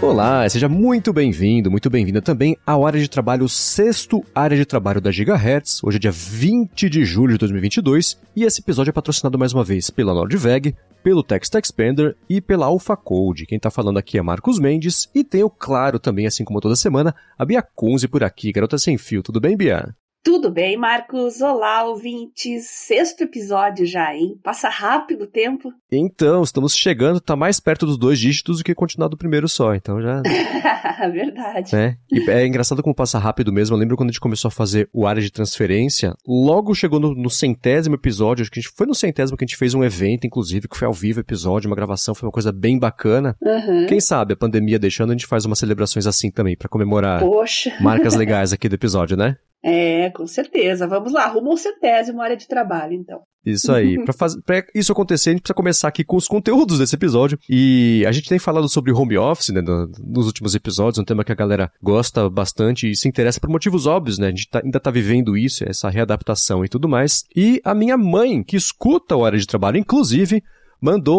Olá, seja muito bem-vindo, muito bem-vinda também ao Área de Trabalho, o 6º Área de Trabalho da Gigahertz. Hoje é dia 20 de julho de 2022 e esse episódio é patrocinado mais uma vez pela Nordveg, pelo Text Expander e pela AlphaCode. Quem tá falando aqui é Marcos Mendes e tenho, claro, também, assim como toda semana, a Bia Kunze por aqui, garota sem fio. Tudo bem, Bia? Tudo bem, Marcos? Olá, ouvintes. 6º episódio já, hein? Passa rápido o tempo. Então, estamos chegando, tá mais perto dos 2 dígitos do que continuar do primeiro só, então já... Verdade. E é engraçado como passa rápido mesmo. Eu lembro quando a gente começou a fazer o área de transferência, logo chegou no 100º episódio, acho que foi no 100º que a gente fez um evento, inclusive, que foi ao vivo episódio, uma gravação, foi uma coisa bem bacana. Uhum. Quem sabe, a pandemia deixando, a gente faz umas celebrações assim também, pra comemorar marcas legais aqui do episódio, né? É, com certeza. Vamos lá, rumo ao 100º área de trabalho, então. Isso aí. Pra isso acontecer, a gente precisa começar aqui com os conteúdos desse episódio. E a gente tem falado sobre home office, né, nos últimos episódios, um tema que a galera gosta bastante e se interessa por motivos óbvios, né? A gente ainda tá vivendo isso, essa readaptação e tudo mais. E a minha mãe, que escuta o área de trabalho, inclusive, mandou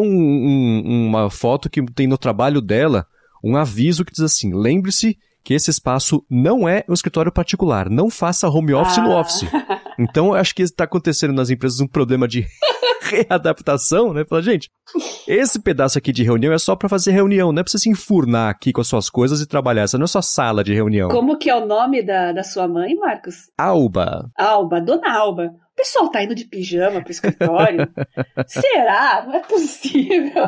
uma foto que tem no trabalho dela, um aviso que diz assim: lembre-se que esse espaço não é um escritório particular, não faça home office no office. Então, eu acho que está acontecendo nas empresas um problema de readaptação, né? Fala, gente, esse pedaço aqui de reunião é só para fazer reunião, não é para você se enfurnar aqui com as suas coisas e trabalhar, essa não é só sala de reunião. Como que é o nome da sua mãe, Marcos? Alba. Alba, Dona Alba. O pessoal tá indo de pijama pro escritório? Será? Não é possível.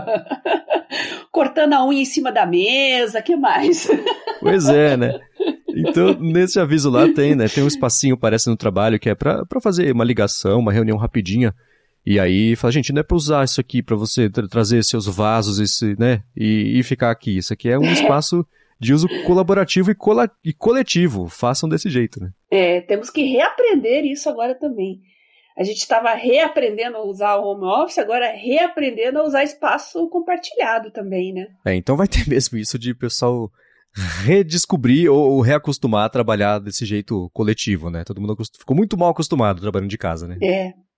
Cortando a unha em cima da mesa, que mais? Pois é, né? Então, nesse aviso lá tem, né? Tem um espacinho, parece, no trabalho, que é pra fazer uma ligação, uma reunião rapidinha. E aí, fala, gente, não é pra usar isso aqui pra você trazer seus vasos, né? E ficar aqui. Isso aqui é um espaço de uso colaborativo e coletivo. Façam desse jeito, né? É, temos que reaprender isso agora também. A gente estava reaprendendo a usar o home office, agora reaprendendo a usar espaço compartilhado também, né? Então vai ter mesmo isso de pessoal redescobrir ou reacostumar a trabalhar desse jeito coletivo, né? Todo mundo ficou muito mal acostumado trabalhando de casa, né?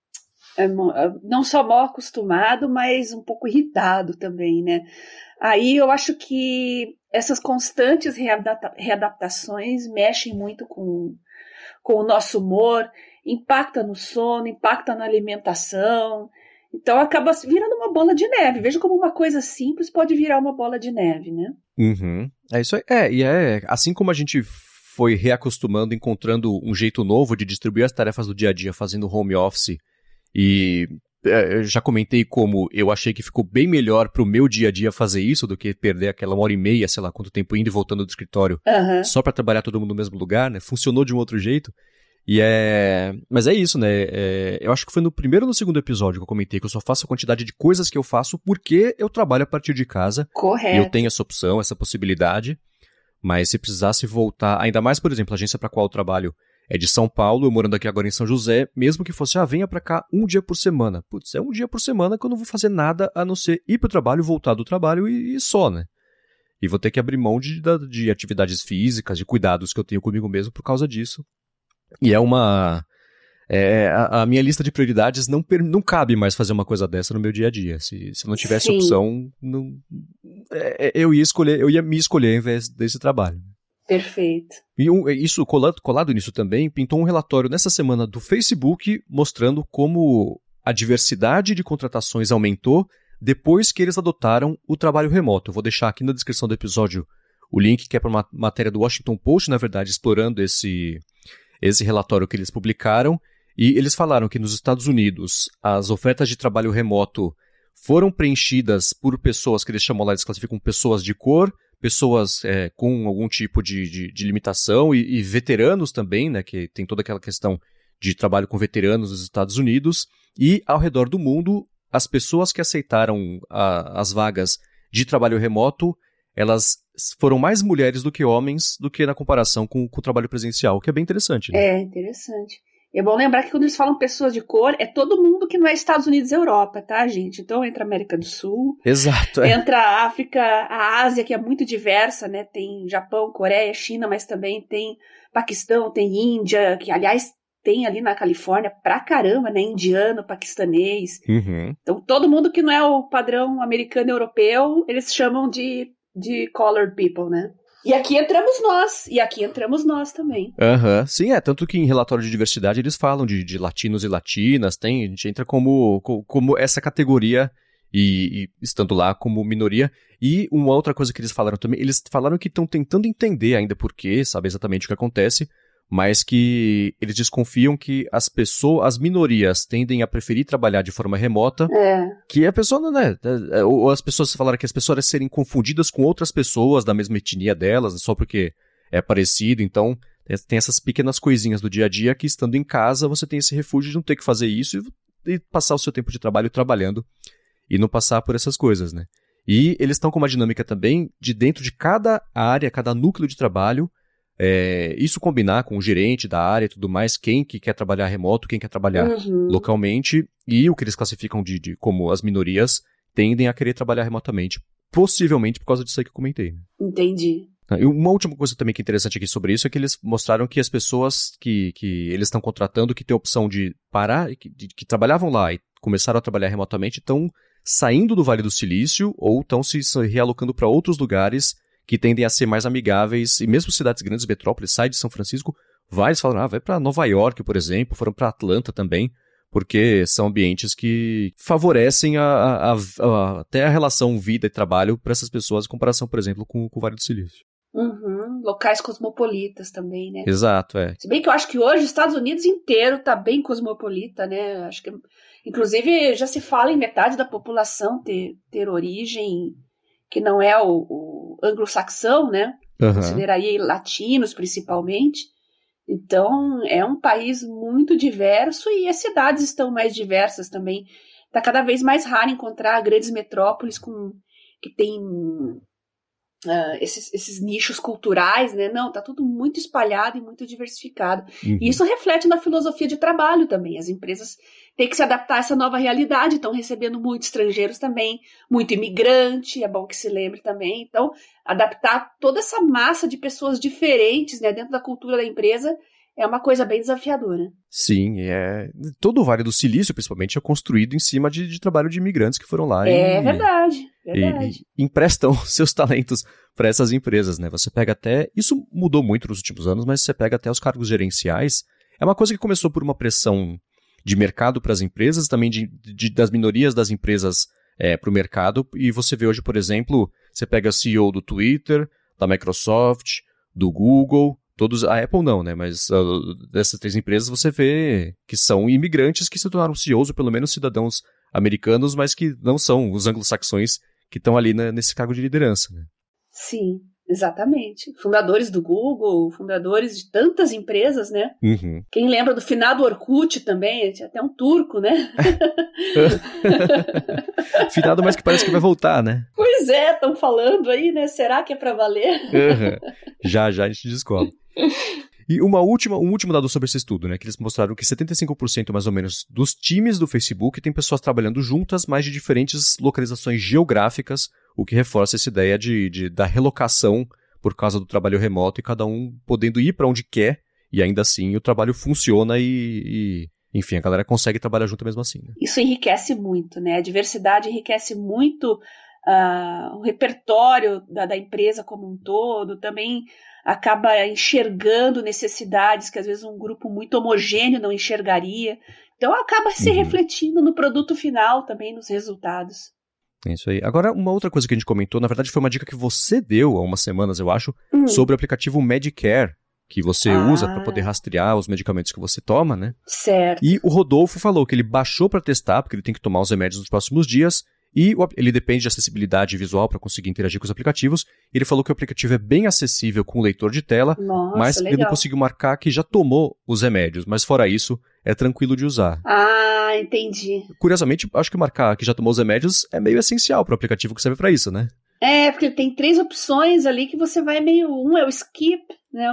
Não só mal acostumado, mas um pouco irritado também, né? Aí eu acho que essas constantes readaptações mexem muito com o nosso humor, impacta no sono, impacta na alimentação, então acaba virando uma bola de neve. Veja como uma coisa simples pode virar uma bola de neve, né? Uhum. É isso aí. Assim como a gente foi reacostumando, encontrando um jeito novo de distribuir as tarefas do dia a dia, fazendo home office, e eu já comentei como eu achei que ficou bem melhor pro meu dia a dia fazer isso do que perder aquela 1h30, sei lá quanto tempo indo e voltando do escritório, só pra trabalhar todo mundo no mesmo lugar, né? Funcionou de um outro jeito. Mas é isso, né? Eu acho que foi no primeiro ou no segundo episódio que eu comentei que eu só faço a quantidade de coisas que eu faço porque eu trabalho a partir de casa. Correto. E eu tenho essa opção, essa possibilidade. Mas se precisasse voltar, ainda mais, por exemplo, a agência para qual eu trabalho é de São Paulo, eu morando aqui agora em São José, mesmo que fosse, venha pra cá um dia por semana. Putz, é um dia por semana que eu não vou fazer nada a não ser ir pro trabalho, voltar do trabalho e só, né? E vou ter que abrir mão de atividades físicas, de cuidados que eu tenho comigo mesmo por causa disso. E a minha lista de prioridades não cabe mais fazer uma coisa dessa no meu dia a dia. Se não tivesse Sim. opção, eu ia me escolher ao invés desse trabalho. Perfeito. E isso, colado nisso também, pintou um relatório nessa semana do Facebook mostrando como a diversidade de contratações aumentou depois que eles adotaram o trabalho remoto. Eu vou deixar aqui na descrição do episódio o link que é para uma matéria do Washington Post, na verdade, explorando esse relatório que eles publicaram. E eles falaram que nos Estados Unidos as ofertas de trabalho remoto foram preenchidas por pessoas que eles chamam lá, eles classificam pessoas de cor, pessoas com algum tipo de limitação e veteranos também, né, que tem toda aquela questão de trabalho com veteranos nos Estados Unidos. E ao redor do mundo, as pessoas que aceitaram as vagas de trabalho remoto, elas foram mais mulheres do que homens, do que na comparação com o trabalho presencial, o que é bem interessante, né? É interessante. É bom lembrar que quando eles falam pessoas de cor, é todo mundo que não é Estados Unidos e Europa, tá, gente? Então entra a América do Sul, Exato, entra a África, a Ásia, que é muito diversa, né? Tem Japão, Coreia, China, mas também tem Paquistão, tem Índia, que aliás tem ali na Califórnia pra caramba, né? Indiano, paquistanês. Uhum. Então todo mundo que não é o padrão americano e europeu, eles chamam de de colored people, né? E aqui entramos nós também. Sim, tanto que em relatório de diversidade eles falam de latinos e latinas, a gente entra como essa categoria e estando lá como minoria. E uma outra coisa que eles falaram também, eles falaram que estão tentando entender ainda por quê, sabe exatamente o que acontece, mas que eles desconfiam que as minorias tendem a preferir trabalhar de forma remota, que a pessoa, né, ou as pessoas falaram que as pessoas serem confundidas com outras pessoas da mesma etnia delas, só porque é parecido, então tem essas pequenas coisinhas do dia a dia que estando em casa você tem esse refúgio de não ter que fazer isso e passar o seu tempo de trabalho trabalhando e não passar por essas coisas, né. E eles estão com uma dinâmica também de dentro de cada área, cada núcleo de trabalho, isso combinar com o gerente da área e tudo mais, quem que quer trabalhar remoto, quem quer trabalhar localmente, e o que eles classificam de como as minorias tendem a querer trabalhar remotamente, possivelmente por causa disso aí que eu comentei. Entendi. E uma última coisa também que é interessante aqui sobre isso é que eles mostraram que as pessoas que eles estão contratando, que tem a opção de parar, que trabalhavam lá e começaram a trabalhar remotamente, estão saindo do Vale do Silício ou estão se realocando para outros lugares que tendem a ser mais amigáveis, e mesmo cidades grandes, metrópoles, sai de São Francisco, vários falam, vai para Nova York, por exemplo, foram para Atlanta também, porque são ambientes que favorecem até a relação vida e trabalho para essas pessoas, em comparação, por exemplo, com o Vale do Silício. Locais cosmopolitas também, né? Exato, Se bem que eu acho que hoje os Estados Unidos inteiro tá bem cosmopolita, né? Acho que, inclusive, já se fala em metade da população ter origem que não é o anglo-saxão, né? Consideraria latinos, principalmente. Então, é um país muito diverso e as cidades estão mais diversas também. Está cada vez mais raro encontrar grandes metrópoles que tem esses nichos culturais, né? Não, está tudo muito espalhado e muito diversificado. E isso reflete na filosofia de trabalho também. As empresas têm que se adaptar a essa nova realidade, estão recebendo muitos estrangeiros também, muito imigrante, é bom que se lembre também. Então, adaptar toda essa massa de pessoas diferentes, né, dentro da cultura da empresa é uma coisa bem desafiadora. Sim, todo o Vale do Silício, principalmente, é construído em cima de trabalho de imigrantes que foram lá verdade. E emprestam seus talentos para essas empresas, né? Você pega isso mudou muito nos últimos anos, mas você pega até os cargos gerenciais, é uma coisa que começou por uma pressão de mercado para as empresas, também das minorias das empresas para o mercado, e você vê hoje, por exemplo, você pega o CEO do Twitter, da Microsoft, do Google, todos, a Apple não, né, mas dessas 3 empresas você vê que são imigrantes que se tornaram CEOs, ou pelo menos cidadãos americanos, mas que não são os anglo-saxões que estão ali nesse cargo de liderança, né? Sim, exatamente. Fundadores do Google, fundadores de tantas empresas, né? Quem lembra do finado Orkut também, tinha até um turco, né? Finado, mas que parece que vai voltar, né? Pois é, estão falando aí, né? Será que é pra valer? Já a gente descobre. E um último dado sobre esse estudo, né, que eles mostraram que 75% mais ou menos dos times do Facebook tem pessoas trabalhando juntas, mas de diferentes localizações geográficas, o que reforça essa ideia da relocação por causa do trabalho remoto e cada um podendo ir para onde quer, e ainda assim o trabalho funciona e enfim, a galera consegue trabalhar junto mesmo assim. Né? Isso enriquece muito, né? A diversidade enriquece muito o repertório da empresa como um todo, também acaba enxergando necessidades que às vezes um grupo muito homogêneo não enxergaria. Então acaba se refletindo no produto final também, nos resultados. É isso aí. Agora, uma outra coisa que a gente comentou, na verdade foi uma dica que você deu há umas semanas, eu acho, sobre o aplicativo Medicare, que você usa para poder rastrear os medicamentos que você toma, né? Certo. E o Rodolfo falou que ele baixou para testar, porque ele tem que tomar os remédios nos próximos dias, e ele depende de acessibilidade visual para conseguir interagir com os aplicativos. Ele falou que o aplicativo é bem acessível com o leitor de tela, mas legal. ele não conseguiu marcar que já tomou os remédios. Mas fora isso, é tranquilo de usar. Ah, entendi. Curiosamente, acho que marcar que já tomou os remédios é meio essencial para o aplicativo que serve para isso, né? É, porque tem 3 opções ali que você vai meio... Um é o skip, né?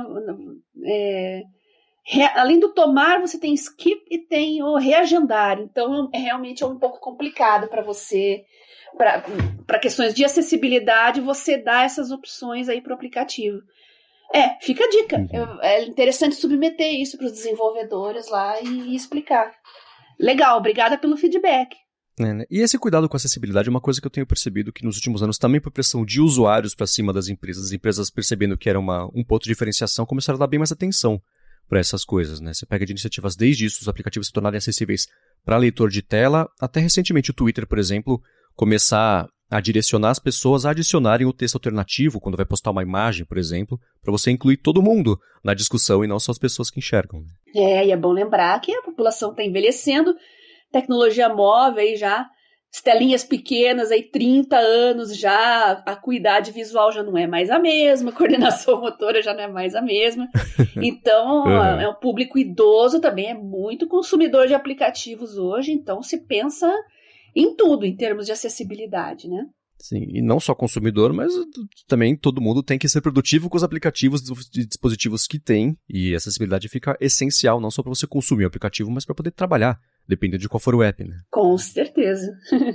Além do tomar, você tem skip e tem o reagendar. Então, realmente é um pouco complicado para você, para questões de acessibilidade, você dá essas opções aí para o aplicativo. Fica a dica. É interessante submeter isso para os desenvolvedores lá e explicar. Legal, obrigada pelo feedback. Né? E esse cuidado com a acessibilidade é uma coisa que eu tenho percebido que nos últimos anos, também por pressão de usuários para cima das empresas, as empresas percebendo que era um ponto de diferenciação, começaram a dar bem mais atenção para essas coisas, né? Você pega de iniciativas desde isso, os aplicativos se tornarem acessíveis para leitor de tela, até recentemente o Twitter, por exemplo, começar a direcionar as pessoas a adicionarem o texto alternativo quando vai postar uma imagem, por exemplo, para você incluir todo mundo na discussão e não só as pessoas que enxergam. Né? E é bom lembrar que a população está envelhecendo, tecnologia móvel aí já, telinhas pequenas aí, 30 anos já, a acuidade visual já não é mais a mesma, a coordenação motora já não é mais a mesma. Então, é um público idoso também, é muito consumidor de aplicativos hoje, então se pensa em tudo, em termos de acessibilidade, né? Sim, e não só consumidor, mas também todo mundo tem que ser produtivo com os aplicativos de dispositivos que tem, e a acessibilidade fica essencial, não só para você consumir o aplicativo, mas para poder trabalhar, dependendo de qual for o app, né? Com certeza.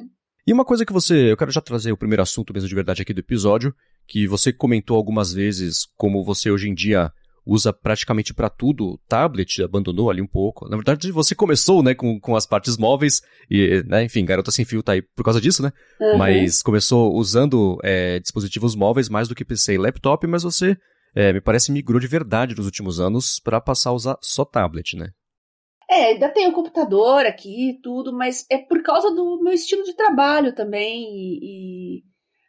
E uma coisa que eu quero já trazer o primeiro assunto mesmo de verdade aqui do episódio, que você comentou algumas vezes como você hoje em dia usa praticamente para tudo, tablet, abandonou ali um pouco. Na verdade, você começou, né, com as partes móveis, e, né, enfim, Garota Sem Fio tá aí por causa disso, né? Mas começou usando dispositivos móveis mais do que PC e laptop, mas você, me parece, migrou de verdade nos últimos anos para passar a usar só tablet, né? Ainda tenho o computador aqui e tudo, mas é por causa do meu estilo de trabalho também, e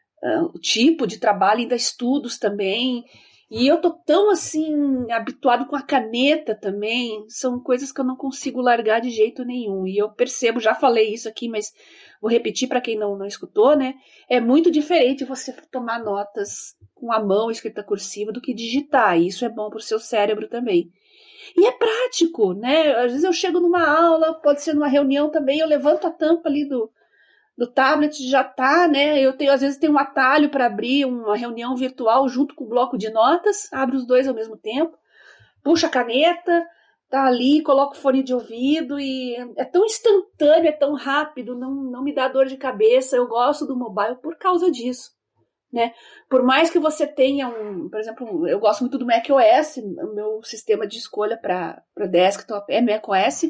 o tipo de trabalho, ainda estudos também. E eu tô tão, assim, habituado com a caneta também, são coisas que eu não consigo largar de jeito nenhum. E eu percebo, já falei isso aqui, mas vou repetir para quem não escutou, né? É muito diferente você tomar notas com a mão escrita cursiva do que digitar. E isso é bom pro seu cérebro também. E é prático, né? Às vezes eu chego numa aula, pode ser numa reunião também, eu levanto a tampa ali do tablet, já tá, né? Às vezes tem um atalho para abrir uma reunião virtual junto com o bloco de notas, abre os dois ao mesmo tempo, puxa a caneta, tá ali, coloca o fone de ouvido e é tão instantâneo, é tão rápido, não me dá dor de cabeça. Eu gosto do mobile por causa disso, né? Por mais que você tenha por exemplo, eu gosto muito do macOS, o meu sistema de escolha para desktop é macOS.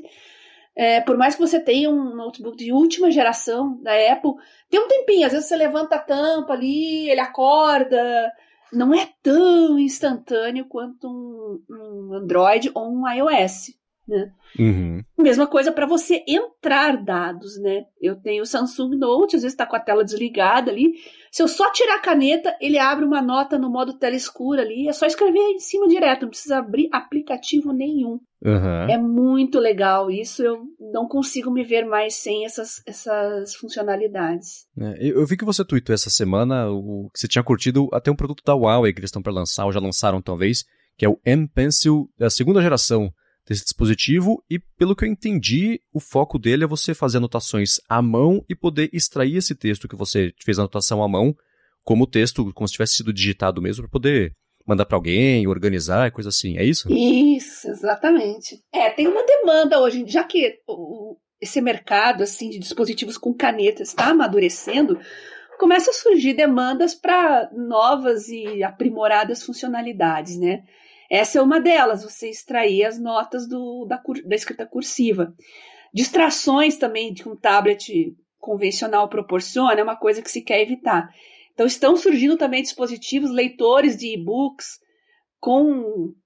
Por mais que você tenha um notebook de última geração da Apple, tem um tempinho, às vezes você levanta a tampa ali, ele acorda, não é tão instantâneo quanto um Android ou um iOS, né? Mesma coisa para você entrar dados, né? Eu tenho o Samsung Note, às vezes está com a tela desligada ali, se eu só tirar a caneta, ele abre uma nota no modo tela escura ali, é só escrever em cima direto, não precisa abrir aplicativo nenhum. É muito legal isso, eu não consigo me ver mais sem essas funcionalidades. Eu vi que você tweetou essa semana que você tinha curtido até um produto da Huawei que eles estão para lançar, ou já lançaram talvez, que é o M Pencil, a segunda geração desse dispositivo, e pelo que eu entendi, o foco dele é você fazer anotações à mão e poder extrair esse texto que você fez a anotação à mão como texto, como se tivesse sido digitado mesmo, para poder mandar para alguém, organizar, coisa assim, é isso? Isso, exatamente. Tem uma demanda hoje, já que esse mercado assim, de dispositivos com caneta está amadurecendo, começa a surgir demandas para novas e aprimoradas funcionalidades, né? Essa é uma delas, você extrair as notas da escrita cursiva. Distrações também que um tablet convencional proporciona é uma coisa que se quer evitar. Então estão surgindo também dispositivos, leitores de e-books com...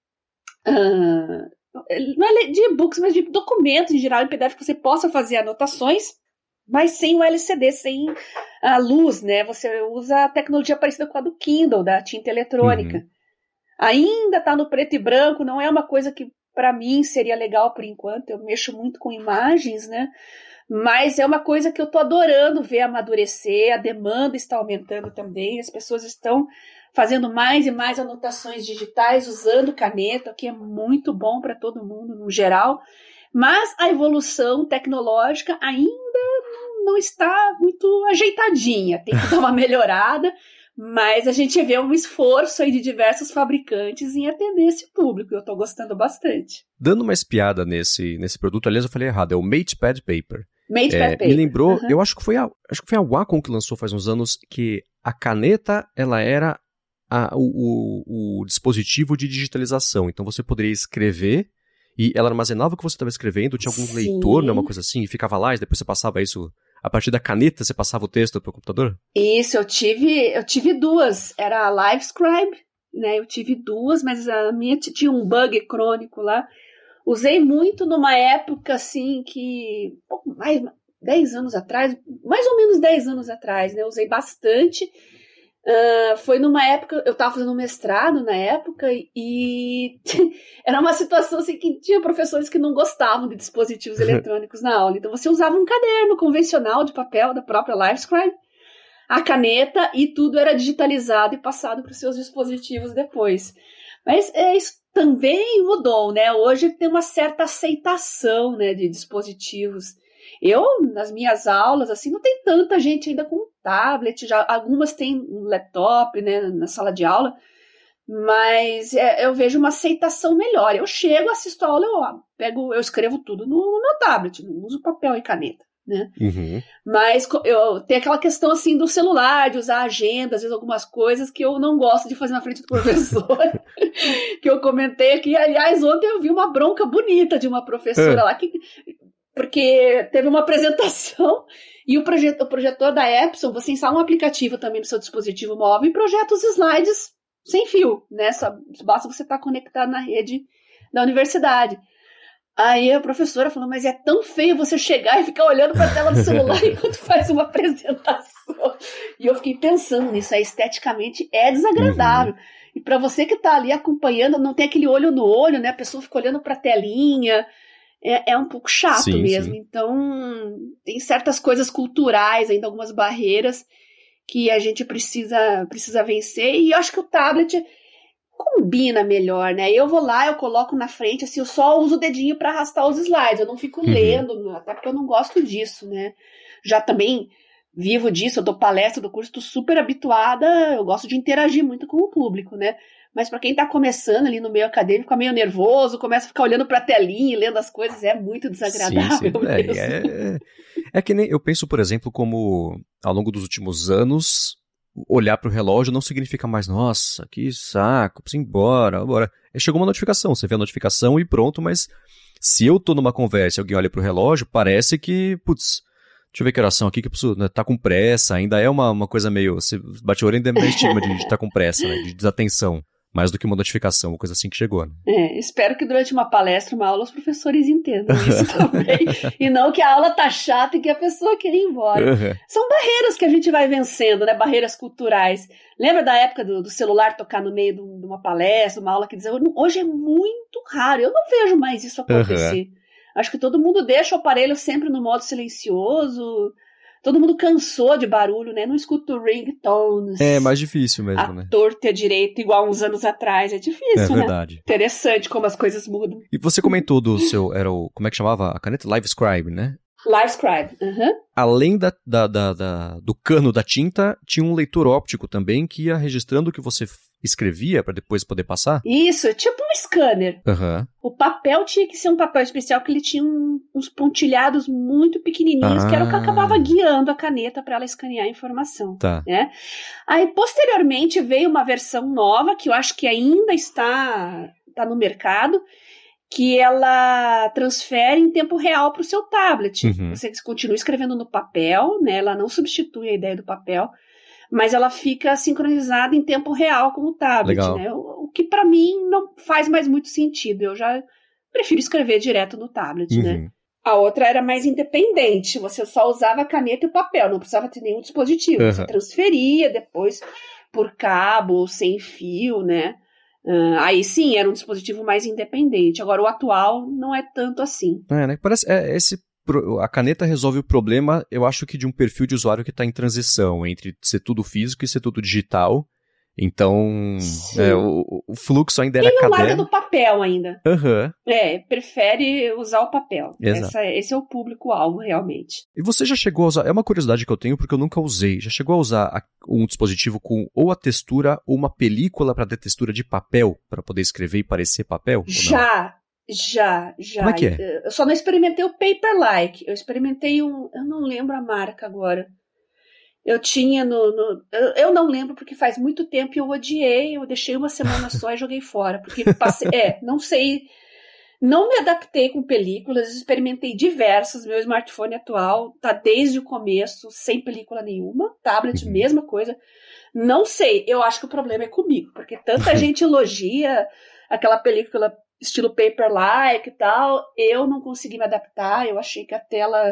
não é de e-books, mas de documentos em geral, em PDF, que você possa fazer anotações, mas sem o LCD, sem a luz, né? Você usa a tecnologia parecida com a do Kindle, da tinta eletrônica. Ainda está no preto e branco, não é uma coisa que para mim seria legal por enquanto, eu mexo muito com imagens, né? Mas é uma coisa que eu estou adorando ver amadurecer, a demanda está aumentando também, as pessoas estão fazendo mais e mais anotações digitais, usando caneta, o que é muito bom para todo mundo no geral, mas a evolução tecnológica ainda não está muito ajeitadinha, tem que dar uma melhorada, mas a gente vê um esforço aí de diversos fabricantes em atender esse público, eu estou gostando bastante. Dando uma espiada nesse produto, aliás eu falei errado, é o MatePad Paper. MatePad Paper. Me lembrou, eu acho que foi a Wacom que lançou faz uns anos, que a caneta, ela era o dispositivo de digitalização, então você poderia escrever e ela armazenava o que você estava escrevendo, tinha algum leitor, né, uma coisa assim, e ficava lá, e depois você passava isso a partir da caneta você passava o texto para o computador? Isso, eu tive duas. Era a LiveScribe, né? Eu tive duas, mas a minha tinha um bug crônico lá. Usei muito numa época, assim, que... mais 10 anos atrás, mais ou menos 10 anos atrás, né? Eu usei bastante. Foi numa época, eu estava fazendo um mestrado na época e era uma situação assim que tinha professores que não gostavam de dispositivos eletrônicos na aula. Então você usava um caderno convencional de papel da própria LiveScribe, a caneta e tudo era digitalizado e passado para os seus dispositivos depois. Mas isso também mudou, né? Hoje tem uma certa aceitação, né, de dispositivos. Eu, nas minhas aulas, assim, não tem tanta gente ainda com tablet, já algumas têm um laptop, né, na sala de aula, mas eu vejo uma aceitação melhor. Eu chego, assisto a aula, eu escrevo tudo no meu tablet, não uso papel e caneta, né? Uhum. Mas eu tenho aquela questão, assim, do celular, de usar agenda, às vezes algumas coisas que eu não gosto de fazer na frente do professor, que eu comentei aqui. Aliás, ontem eu vi uma bronca bonita de uma professora lá porque teve uma apresentação e o projetor da Epson, você instala um aplicativo também no seu dispositivo móvel e projeta os slides sem fio, né? Basta você estar conectado na rede da universidade. Aí a professora falou, mas é tão feio você chegar e ficar olhando para a tela do celular enquanto faz uma apresentação. E eu fiquei pensando nisso, esteticamente é desagradável. Uhum. E para você que está ali acompanhando, não tem aquele olho no olho, né? A pessoa fica olhando para a telinha. É um pouco chato mesmo. Sim. Então, tem certas coisas culturais, ainda algumas barreiras que a gente precisa vencer. E eu acho que o tablet combina melhor, né? Eu vou lá, eu coloco na frente, assim, eu só uso o dedinho para arrastar os slides. Eu não fico lendo, até porque eu não gosto disso, né? Já também vivo disso, eu dou palestra do curso, estou super habituada, eu gosto de interagir muito com o público, né? Mas para quem está começando ali no meio acadêmico, fica meio nervoso, começa a ficar olhando para a telinha e lendo as coisas, é muito desagradável. Sim. É que nem eu penso, por exemplo, como ao longo dos últimos anos, olhar para o relógio não significa mais, nossa, que saco, preciso ir embora. Chegou uma notificação, você vê a notificação e pronto, mas se eu tô numa conversa e alguém olha para o relógio, parece que, putz, deixa eu ver que oração aqui, que eu preciso, né, tá com pressa, ainda é uma coisa meio, você bate o olho ainda é meio estigma de estar com pressa, né, de desatenção. Mais do que uma notificação, uma coisa assim que chegou. Né? Espero que durante uma palestra, uma aula, os professores entendam isso também. E não que a aula tá chata e que a pessoa quer ir embora. Uhum. São barreiras que a gente vai vencendo, né? Barreiras culturais. Lembra da época do celular tocar no meio de uma palestra, uma aula que dizia, hoje é muito raro, eu não vejo mais isso acontecer. Uhum. Acho que todo mundo deixa o aparelho sempre no modo silencioso. Todo mundo cansou de barulho, né? Não escuta ringtones. É mais difícil mesmo, né? A torta e a direita, igual uns anos atrás. É difícil, né? É verdade. Interessante como as coisas mudam. E você comentou do seu... como é que chamava a caneta? LiveScribe, né? LiveScribe, Além do cano da tinta, tinha um leitor óptico também que ia registrando o que você escrevia para depois poder passar? Isso, tipo um scanner. O papel tinha que ser um papel especial que ele tinha uns pontilhados muito pequenininhos, que era o que acabava guiando a caneta para ela escanear a informação. Tá. Né? Aí, posteriormente, veio uma versão nova, que eu acho que ainda está no mercado, que ela transfere em tempo real para o seu tablet. Você continua escrevendo no papel, né? Ela não substitui a ideia do papel, mas ela fica sincronizada em tempo real com o tablet. Legal. Né? O que para mim não faz mais muito sentido. Eu já prefiro escrever direto no tablet, né? A outra era mais independente. Você só usava a caneta e o papel, não precisava ter nenhum dispositivo. Você transferia depois por cabo ou sem fio, né? Aí sim, era um dispositivo mais independente. Agora, o atual não é tanto assim. Né? Parece a caneta resolve o problema, eu acho que de um perfil de usuário que está em transição entre ser tudo físico e ser tudo digital. Então, o fluxo ainda era caderno. E não larga do papel ainda. Prefere usar o papel. Esse é o público-alvo, realmente. E você já chegou a usar, é uma curiosidade que eu tenho porque eu nunca usei, já chegou a usar um dispositivo com ou a textura ou uma película para ter textura de papel, para poder escrever e parecer papel? Já. Como é que é? Eu só não experimentei o Paperlike. Eu experimentei eu não lembro a marca agora. Eu tinha eu não lembro porque faz muito tempo e eu odiei. Eu deixei uma semana só e joguei fora. Porque não sei Não me adaptei com películas, experimentei diversas. Meu smartphone atual tá desde o começo sem película nenhuma. Tablet, mesma coisa. Não sei, eu acho que o problema é comigo, porque tanta gente elogia aquela película estilo paper-like e tal. Eu não consegui me adaptar, eu achei que a tela...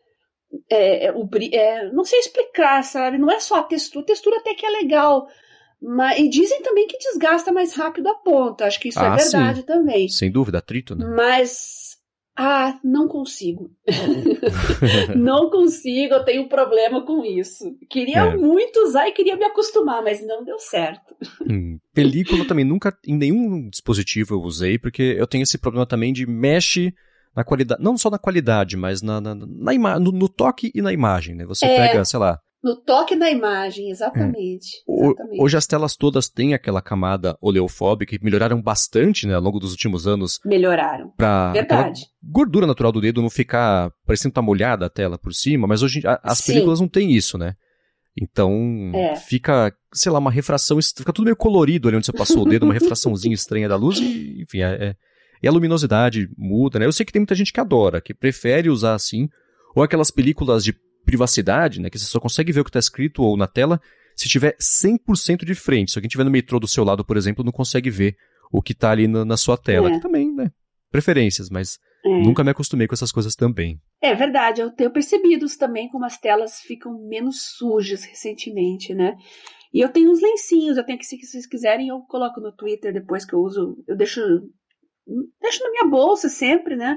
não sei explicar, sabe? Não é só a textura até que é legal. E dizem também que desgasta mais rápido a ponta. Acho que isso é verdade, sim, também. Sem dúvida, atrito, né? Mas, não consigo. Não consigo, eu tenho um problema com isso. Queria muito usar e queria me acostumar, mas não deu certo. Película também nunca, em nenhum dispositivo eu usei, porque eu tenho esse problema também de mexe na qualidade, não só na qualidade, mas no toque e na imagem, né? Você pega, sei lá... No toque da imagem, exatamente. Hoje as telas todas têm aquela camada oleofóbica que melhoraram bastante, né, ao longo dos últimos anos. Melhoraram, verdade. Gordura natural do dedo não ficar parecendo que tá molhada a tela por cima, mas hoje as películas não têm isso, né? Então fica, sei lá, uma refração, fica tudo meio colorido ali onde você passou o dedo, uma refraçãozinha estranha da luz e, enfim, e a luminosidade muda, né? Eu sei que tem muita gente que adora, que prefere usar assim, ou aquelas películas de privacidade, né, que você só consegue ver o que está escrito ou na tela se tiver 100% de frente. Se alguém estiver no metrô do seu lado, por exemplo, não consegue ver o que está ali na sua tela. Que também, né, preferências, mas nunca me acostumei com essas coisas também. É verdade, eu tenho percebido também como as telas ficam menos sujas recentemente, né? E eu tenho uns lencinhos, eu tenho que, se vocês quiserem, eu coloco no Twitter depois que eu uso, eu deixo na minha bolsa sempre, né?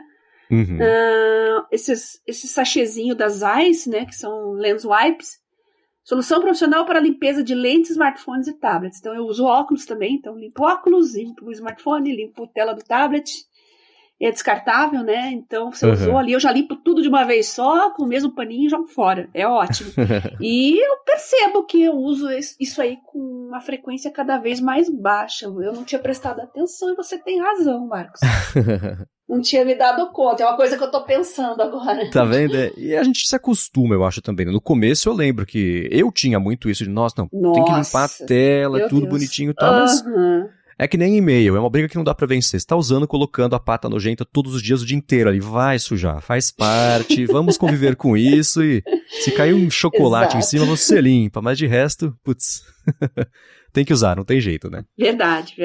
Esse sachêzinho das Zeiss, né, que são lens wipes, solução profissional para limpeza de lentes, smartphones e tablets. Então eu uso óculos também, então limpo óculos, limpo o smartphone, limpo a tela do tablet. É descartável, né? Então você usou ali, eu já limpo tudo de uma vez só, com o mesmo paninho e jogo fora. É ótimo. E eu percebo que eu uso isso aí com uma frequência cada vez mais baixa. Eu não tinha prestado atenção e você tem razão, Marcos. Não tinha me dado conta, é uma coisa que eu tô pensando agora. Tá vendo? E a gente se acostuma, eu acho, também. No começo eu lembro que eu tinha muito isso de, tem que limpar a tela, tudo bonitinho e tal, mas é que nem e-mail, é uma briga que não dá pra vencer. Você tá usando, colocando a pata nojenta todos os dias, o dia inteiro ali, vai sujar, faz parte, vamos conviver com isso e se cair um chocolate em cima, você limpa, mas de resto, putz, tem que usar, não tem jeito, né? Verdade.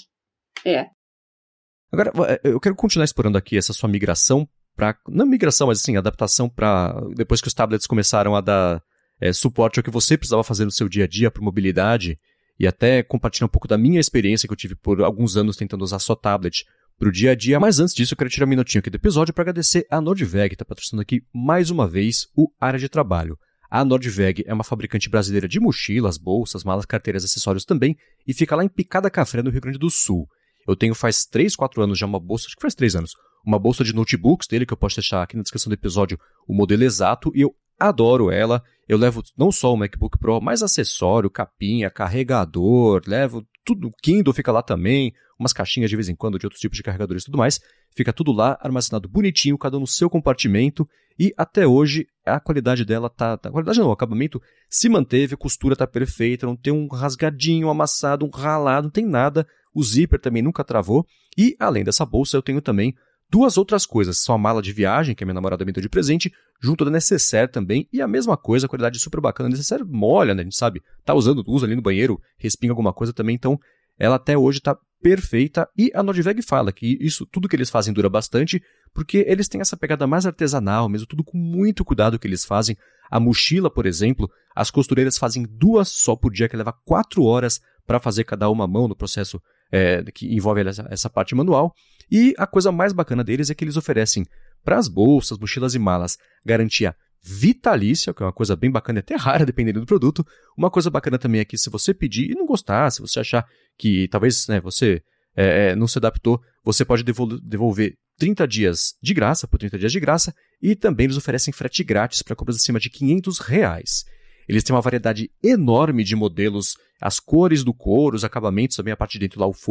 Agora, eu quero continuar explorando aqui essa sua migração não migração, mas assim, adaptação para depois que os tablets começaram a dar suporte ao que você precisava fazer no seu dia a dia para mobilidade, e até compartilhar um pouco da minha experiência que eu tive por alguns anos tentando usar só tablet para o dia a dia. Mas antes disso, eu quero tirar um minutinho aqui do episódio para agradecer a Nordveg, que está patrocinando aqui mais uma vez o Área de Trabalho. A Nordveg é uma fabricante brasileira de mochilas, bolsas, malas, carteiras, acessórios também, e fica lá em Picada Café, no Rio Grande do Sul. Eu tenho faz 3, 4 anos já uma bolsa, acho que faz 3 anos, uma bolsa de notebooks dele, que eu posso deixar aqui na descrição do episódio o modelo exato, e eu adoro ela. Eu levo não só o MacBook Pro, mas acessório, capinha, carregador, levo tudo, o Kindle fica lá também, umas caixinhas de vez em quando de outros tipos de carregadores e tudo mais. Fica tudo lá, armazenado bonitinho, cada um no seu compartimento, e até hoje a qualidade dela a qualidade não, o acabamento se manteve, a costura tá perfeita, não tem um rasgadinho, um amassado, um ralado, não tem nada, o zíper também nunca travou, e além dessa bolsa eu tenho também 2 outras coisas, são a mala de viagem, que a minha namorada me deu de presente, junto da necessaire também, e a mesma coisa, a qualidade super bacana, a necessaire molha, né, a gente sabe, tá usa ali no banheiro, respinga alguma coisa também, então ela até hoje tá perfeita, e a Nordveg fala que isso, tudo que eles fazem dura bastante, porque eles têm essa pegada mais artesanal mesmo, tudo com muito cuidado que eles fazem. A mochila, por exemplo, as costureiras fazem 2 só por dia, que leva 4 horas para fazer cada uma mão no processo que envolve essa parte manual. E a coisa mais bacana deles é que eles oferecem para as bolsas, mochilas e malas garantia vitalícia, que é uma coisa bem bacana e até rara, dependendo do produto. Uma coisa bacana também é que se você pedir e não gostar, se você achar que talvez você não se adaptou, você pode devolver 30 dias de graça, por 30 dias de graça, e também eles oferecem frete grátis para compras acima de R$500. Eles têm uma variedade enorme de modelos, as cores do couro, os acabamentos, também a parte de dentro lá, o forro,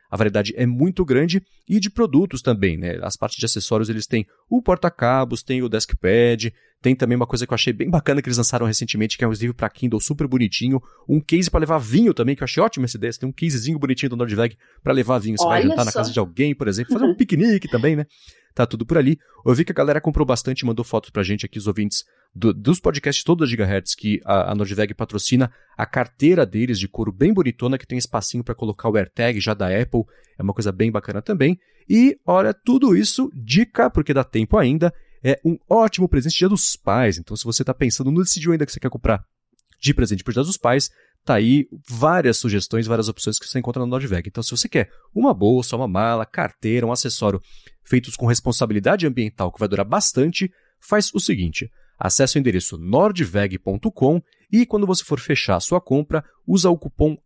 a variedade é muito grande, e de produtos também, né? As partes de acessórios, eles têm o porta-cabos, tem o deskpad, tem também uma coisa que eu achei bem bacana que eles lançaram recentemente, que é um livro para Kindle super bonitinho, um case para levar vinho também, que eu achei ótimo essa ideia, você tem um casezinho bonitinho do Nordveg para levar vinho, você vai jantar na casa de alguém, por exemplo, fazer um piquenique também, né? Tá tudo por ali. Eu vi que a galera comprou bastante e mandou fotos pra gente aqui, os ouvintes dos podcasts todos da Gigahertz, que a Nordveg patrocina, a carteira deles de couro bem bonitona, que tem espacinho para colocar o AirTag já da Apple, é uma coisa bem bacana também. E, olha, tudo isso, dica, porque dá tempo ainda, é um ótimo presente de Dia dos Pais. Então, se você tá pensando, não decidiu ainda que você quer comprar de presente pro Dia dos Pais, tá aí várias sugestões, várias opções que você encontra na Nordveg. Então, se você quer uma bolsa, uma mala, carteira, um acessório feitos com responsabilidade ambiental que vai durar bastante, faz o seguinte: acesse o endereço nordveg.com e quando você for fechar a sua compra, usa o cupom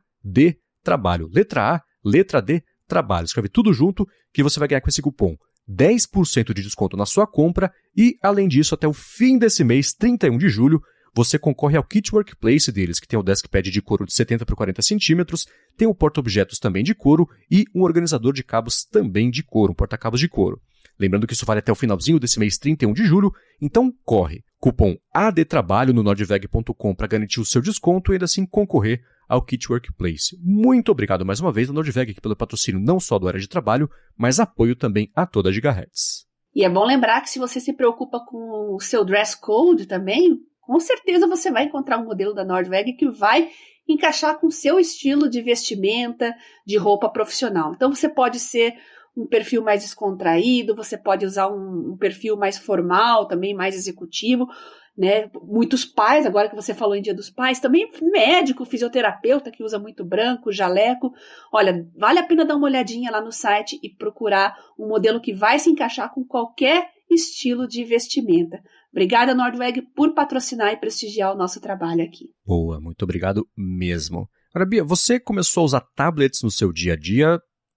ADTRABALHO. Letra A, letra D, trabalho. Escreve tudo junto que você vai ganhar com esse cupom 10% de desconto na sua compra e, além disso, até o fim desse mês, 31 de julho, você concorre ao Kit Workplace deles, que tem o deskpad de couro de 70 por 40 centímetros, tem o porta-objetos também de couro e um organizador de cabos também de couro, um porta-cabos de couro. Lembrando que isso vale até o finalzinho desse mês, 31 de julho, então corre. Cupom ADTRABALHO no nordveg.com para garantir o seu desconto e ainda assim concorrer ao Kit Workplace. Muito obrigado mais uma vez ao Nordveg pelo patrocínio não só do Área de Trabalho, mas apoio também a toda a Gigahertz. E é bom lembrar que se você se preocupa com o seu dress code também, com certeza você vai encontrar um modelo da Nordveg que vai encaixar com o seu estilo de vestimenta, de roupa profissional. Então você pode ser um perfil mais descontraído, você pode usar um perfil mais formal, também mais executivo, né? Muitos pais, agora que você falou em Dia dos Pais, também médico, fisioterapeuta que usa muito branco, jaleco. Olha, vale a pena dar uma olhadinha lá no site e procurar um modelo que vai se encaixar com qualquer estilo de vestimenta. Obrigada, Nordveg, por patrocinar e prestigiar o nosso trabalho aqui. Boa, muito obrigado mesmo. Agora, Bia, você começou a usar tablets no seu dia a dia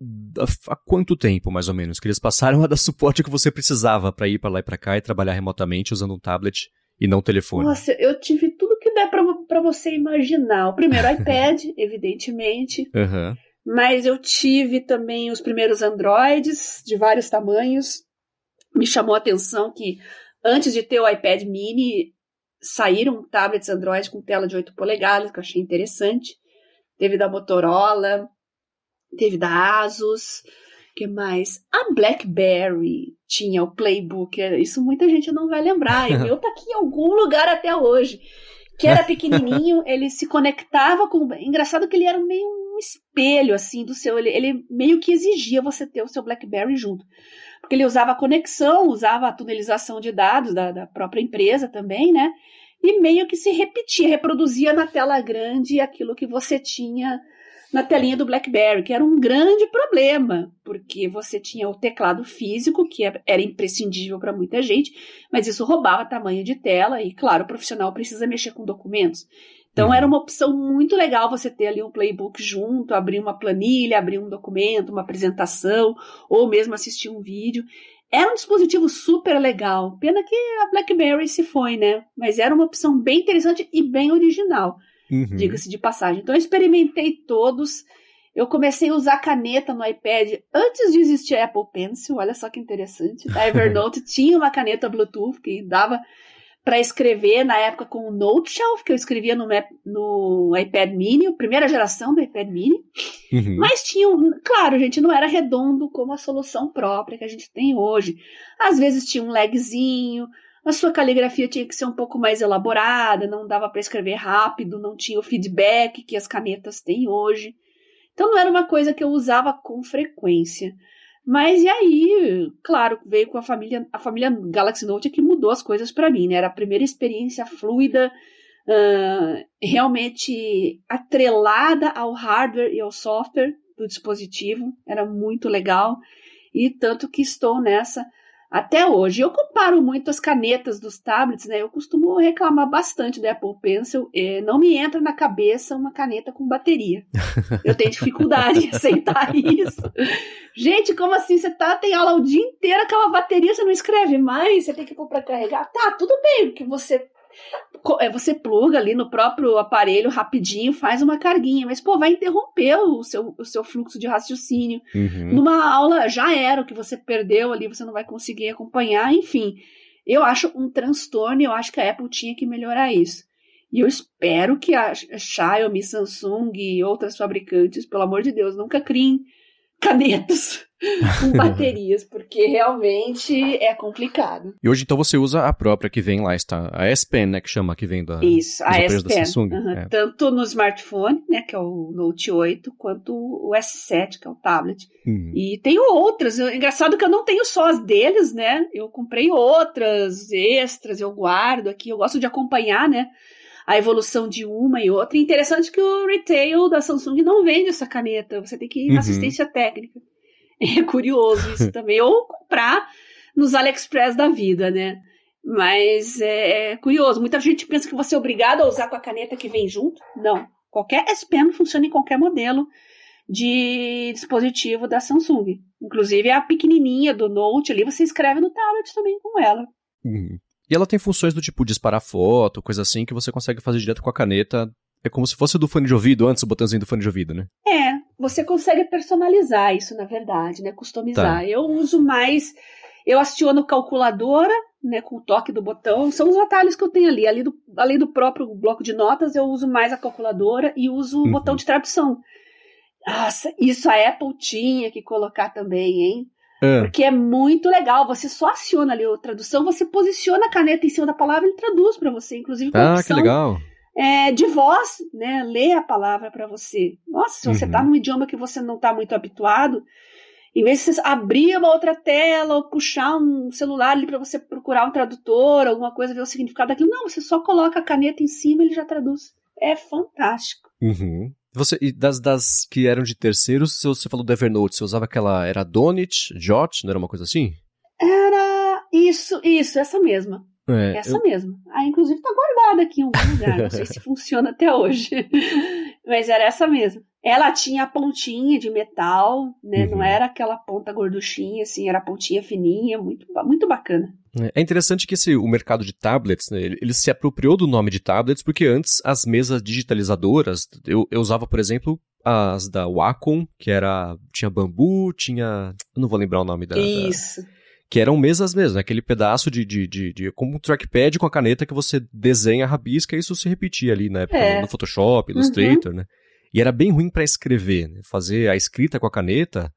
há quanto tempo, mais ou menos? Que eles passaram a dar suporte que você precisava para ir para lá e para cá e trabalhar remotamente usando um tablet e não telefone? Nossa, eu tive tudo que der para você imaginar. O primeiro iPad, evidentemente, mas eu tive também os primeiros Androids de vários tamanhos. Me chamou a atenção que antes de ter o iPad mini, saíram tablets Android com tela de 8 polegadas, que eu achei interessante. Teve da Motorola, teve da Asus, que mais? A BlackBerry tinha o Playbook, isso muita gente não vai lembrar, e o meu tá aqui em algum lugar até hoje, que era pequenininho, ele se conectava com... Engraçado que ele era meio um espelho, assim, do seu... Ele meio que exigia você ter o seu BlackBerry junto. Porque ele usava a conexão, usava a tunelização de dados da própria empresa também, né? E meio que se repetia, reproduzia na tela grande aquilo que você tinha na telinha do BlackBerry, que era um grande problema, porque você tinha o teclado físico, que era imprescindível para muita gente, mas isso roubava tamanho de tela e, claro, o profissional precisa mexer com documentos. Então, era uma opção muito legal você ter ali um playbook junto, abrir uma planilha, abrir um documento, uma apresentação, ou mesmo assistir um vídeo. Era um dispositivo super legal. Pena que a BlackBerry se foi, né? Mas era uma opção bem interessante e bem original, diga-se de passagem. Então, eu experimentei todos. Eu comecei a usar caneta no iPad antes de existir a Apple Pencil. Olha só que interessante. A Evernote tinha uma caneta Bluetooth que dava para escrever na época com o Note Shelf, que eu escrevia no iPad Mini, a primeira geração do iPad Mini. Mas tinha, claro, gente, não era redondo como a solução própria que a gente tem hoje. Às vezes tinha um lagzinho, a sua caligrafia tinha que ser um pouco mais elaborada, não dava para escrever rápido, não tinha o feedback que as canetas têm hoje. Então não era uma coisa que eu usava com frequência. Mas e aí, claro, veio com a família Galaxy Note que mudou as coisas para mim, né? Era a primeira experiência fluida, realmente atrelada ao hardware e ao software do dispositivo. Era muito legal e tanto que estou nessa até hoje. Eu comparo muito as canetas dos tablets, né? Eu costumo reclamar bastante da Apple Pencil. Não me entra na cabeça uma caneta com bateria. Eu tenho dificuldade em aceitar isso. Gente, como assim? Você tem aula o dia inteiro, aquela bateria, você não escreve mais, você tem que pôr para carregar. Tá, tudo bem, que você Você pluga ali no próprio aparelho rapidinho, faz uma carguinha, mas, vai interromper o seu fluxo de raciocínio. Numa aula já era o que você perdeu ali, você não vai conseguir acompanhar, enfim. Eu acho um transtorno e eu acho que a Apple tinha que melhorar isso. E eu espero que a Xiaomi, Samsung e outras fabricantes, pelo amor de Deus, nunca criem canetas com baterias, porque realmente é complicado. E hoje, então, você usa a própria que vem lá, está a S Pen, né, que chama, que vem Isso, a S Pen. Da Samsung. Tanto no smartphone, né, que é o Note 8, quanto o S7, que é o tablet. E tenho outras. Engraçado que eu não tenho só as deles, né, eu comprei outras extras, eu guardo aqui, eu gosto de acompanhar, né, a evolução de uma e outra. E interessante que o retail da Samsung não vende essa caneta, você tem que ir na assistência técnica. É curioso isso também. Ou comprar nos AliExpress da vida, né? Mas é curioso. Muita gente pensa que você é obrigado a usar com a caneta que vem junto. Não. Qualquer S Pen funciona em qualquer modelo de dispositivo da Samsung. Inclusive a pequenininha do Note ali, você escreve no tablet também com ela. E ela tem funções do tipo disparar foto, coisa assim, que você consegue fazer direto com a caneta. É como se fosse do fone de ouvido, antes o botãozinho do fone de ouvido, né? Você consegue personalizar isso, na verdade, né? Customizar. Tá. Eu uso mais... Eu aciono calculadora, né? Com o toque do botão. São os atalhos que eu tenho ali. Além do próprio bloco de notas, eu uso mais a calculadora e uso o botão de tradução. Nossa, isso a Apple tinha que colocar também, hein? Porque é muito legal, você só aciona ali a tradução, você posiciona a caneta em cima da palavra e ele traduz para você, inclusive com opção, que legal. De voz, né, lê a palavra para você. Nossa, se você tá num idioma que você não tá muito habituado, em vez de você abrir uma outra tela ou puxar um celular ali para você procurar um tradutor, alguma coisa, ver o significado daquilo, não, você só coloca a caneta em cima e ele já traduz. É fantástico. E das que eram de terceiros, você falou do Evernote, você usava aquela, era Donut, Jot, não era uma coisa assim? Era isso, essa mesma. Essa mesma. Inclusive tá guardada aqui em algum lugar, não sei se funciona até hoje. Mas era essa mesma. Ela tinha a pontinha de metal, né? Não era aquela ponta gorduchinha, assim, era a pontinha fininha, muito, muito bacana. É interessante que o mercado de tablets, né, ele se apropriou do nome de tablets, porque antes as mesas digitalizadoras, eu usava, por exemplo, as da Wacom, que tinha bambu, eu não vou lembrar o nome Isso. Que eram mesas mesmo, né, aquele pedaço de como um trackpad com a caneta que você desenha, rabisca, e isso se repetia ali na época no Photoshop, Illustrator, né? E era bem ruim para escrever, né? Fazer a escrita com a caneta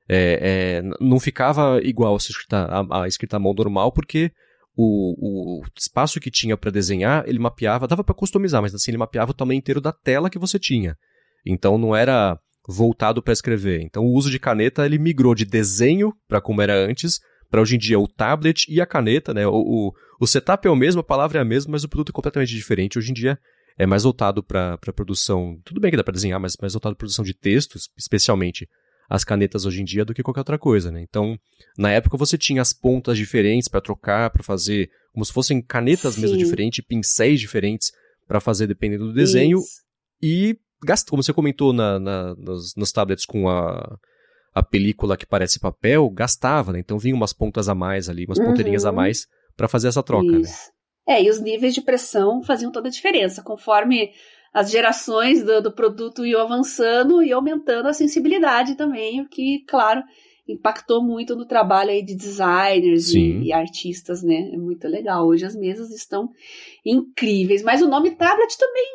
não ficava igual a escrita à mão normal, porque o espaço que tinha para desenhar, ele mapeava, dava para customizar, mas assim, ele mapeava o tamanho inteiro da tela que você tinha. Então não era voltado para escrever. Então o uso de caneta, ele migrou de desenho para como era antes, para hoje em dia o tablet e a caneta, né? O setup é o mesmo, a palavra é a mesma, mas o produto é completamente diferente. Hoje em dia é mais voltado para produção, tudo bem que dá para desenhar, mas mais voltado para produção de textos, especialmente as canetas hoje em dia, do que qualquer outra coisa, né? Então, na época você tinha as pontas diferentes para trocar, para fazer, como se fossem canetas mesmo diferentes, pincéis diferentes para fazer dependendo do desenho. Isso. E, como você comentou nos tablets com a película que parece papel, gastava, né? Então vinha umas pontas a mais ali, umas ponteirinhas a mais para fazer essa troca, né? E os níveis de pressão faziam toda a diferença, conforme as gerações do produto iam avançando e aumentando a sensibilidade também, o que, claro, impactou muito no trabalho aí de designers e artistas, né? É muito legal. Hoje as mesas estão incríveis, mas o nome tablet também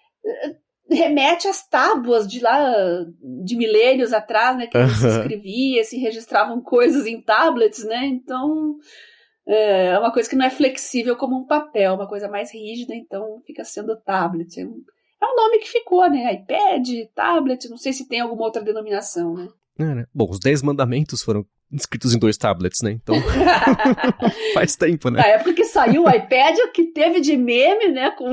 remete às tábuas de lá, de milênios atrás, né? Que se escrevia, se registravam coisas em tablets, né? Então é uma coisa que não é flexível como um papel, uma coisa mais rígida, então fica sendo tablet. É um nome que ficou, né? iPad, tablet, não sei se tem alguma outra denominação, né? Né? Bom, os 10 mandamentos foram escritos em 2 tablets, né? Então, faz tempo, né? Na época que saiu o iPad, o que teve de meme, né? Com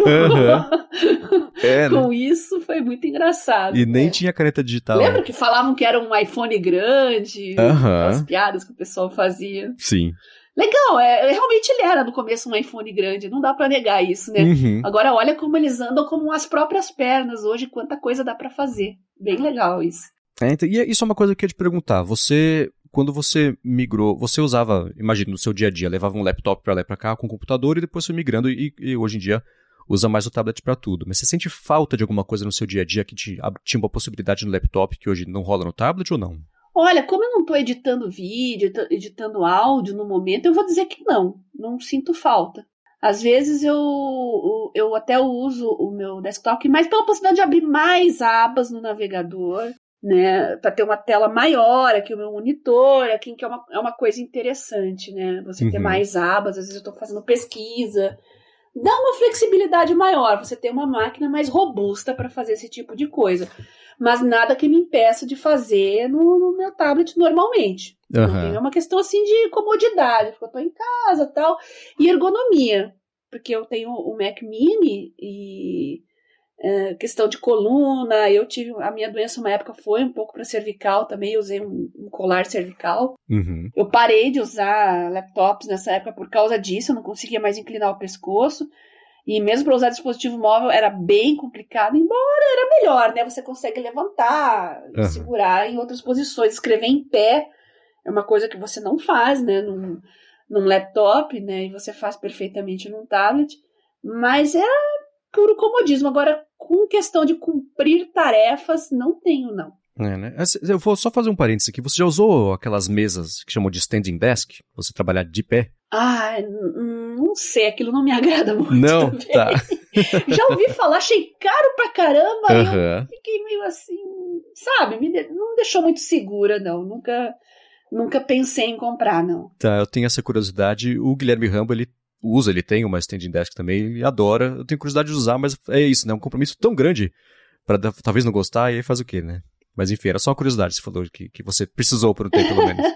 isso, foi muito engraçado. E nem tinha caneta digital. Lembra que falavam que era um iPhone grande? As piadas que o pessoal fazia. Sim. Legal, realmente ele era no começo um iPhone grande, não dá pra negar isso, né? Agora olha como eles andam como as próprias pernas hoje, quanta coisa dá pra fazer. Bem legal isso. Então, e isso é uma coisa que eu ia te perguntar, você quando você migrou, você usava, imagina, no seu dia a dia, levava um laptop para lá e para cá com um computador e depois foi migrando e hoje em dia usa mais o tablet para tudo. Mas você sente falta de alguma coisa no seu dia a dia que tinha uma possibilidade no laptop que hoje não rola no tablet ou não? Olha, como eu não estou editando vídeo, editando áudio no momento, eu vou dizer que não sinto falta. Às vezes eu até uso o meu desktop, mas pela possibilidade de abrir mais abas no navegador, né, para ter uma tela maior aqui, o meu monitor, aqui, que é uma coisa interessante, né, você ter mais abas. Às vezes eu estou fazendo pesquisa, dá uma flexibilidade maior, você tem uma máquina mais robusta para fazer esse tipo de coisa, mas nada que me impeça de fazer no meu tablet normalmente. É uma questão assim de comodidade, porque eu estou em casa e tal, e ergonomia, porque eu tenho o Mac Mini e questão de coluna, a minha doença uma época foi um pouco para cervical também, eu usei um colar cervical. Eu parei de usar laptops nessa época por causa disso, eu não conseguia mais inclinar o pescoço, e mesmo para usar dispositivo móvel era bem complicado, embora era melhor, né? Você consegue levantar, segurar em outras posições, escrever em pé é uma coisa que você não faz, né, num laptop, né, e você faz perfeitamente num tablet, mas é puro comodismo. Agora, com questão de cumprir tarefas, não tenho, não. Né? Eu vou só fazer um parênteses aqui. Você já usou aquelas mesas que chamam de standing desk? Você trabalhar de pé? Não sei, aquilo não me agrada muito. Não, também. tá. Já ouvi falar, achei caro pra caramba, e eu fiquei meio assim, sabe, não deixou muito segura, não. Nunca pensei em comprar, não. Tá, eu tenho essa curiosidade. O Guilherme Rambo, ele tem uma standing desk também, ele adora. Eu tenho curiosidade de usar, mas é isso, né? Um compromisso tão grande para talvez não gostar, e aí faz o quê, né? Mas enfim, era só uma curiosidade, você falou que você precisou por um tempo, pelo menos.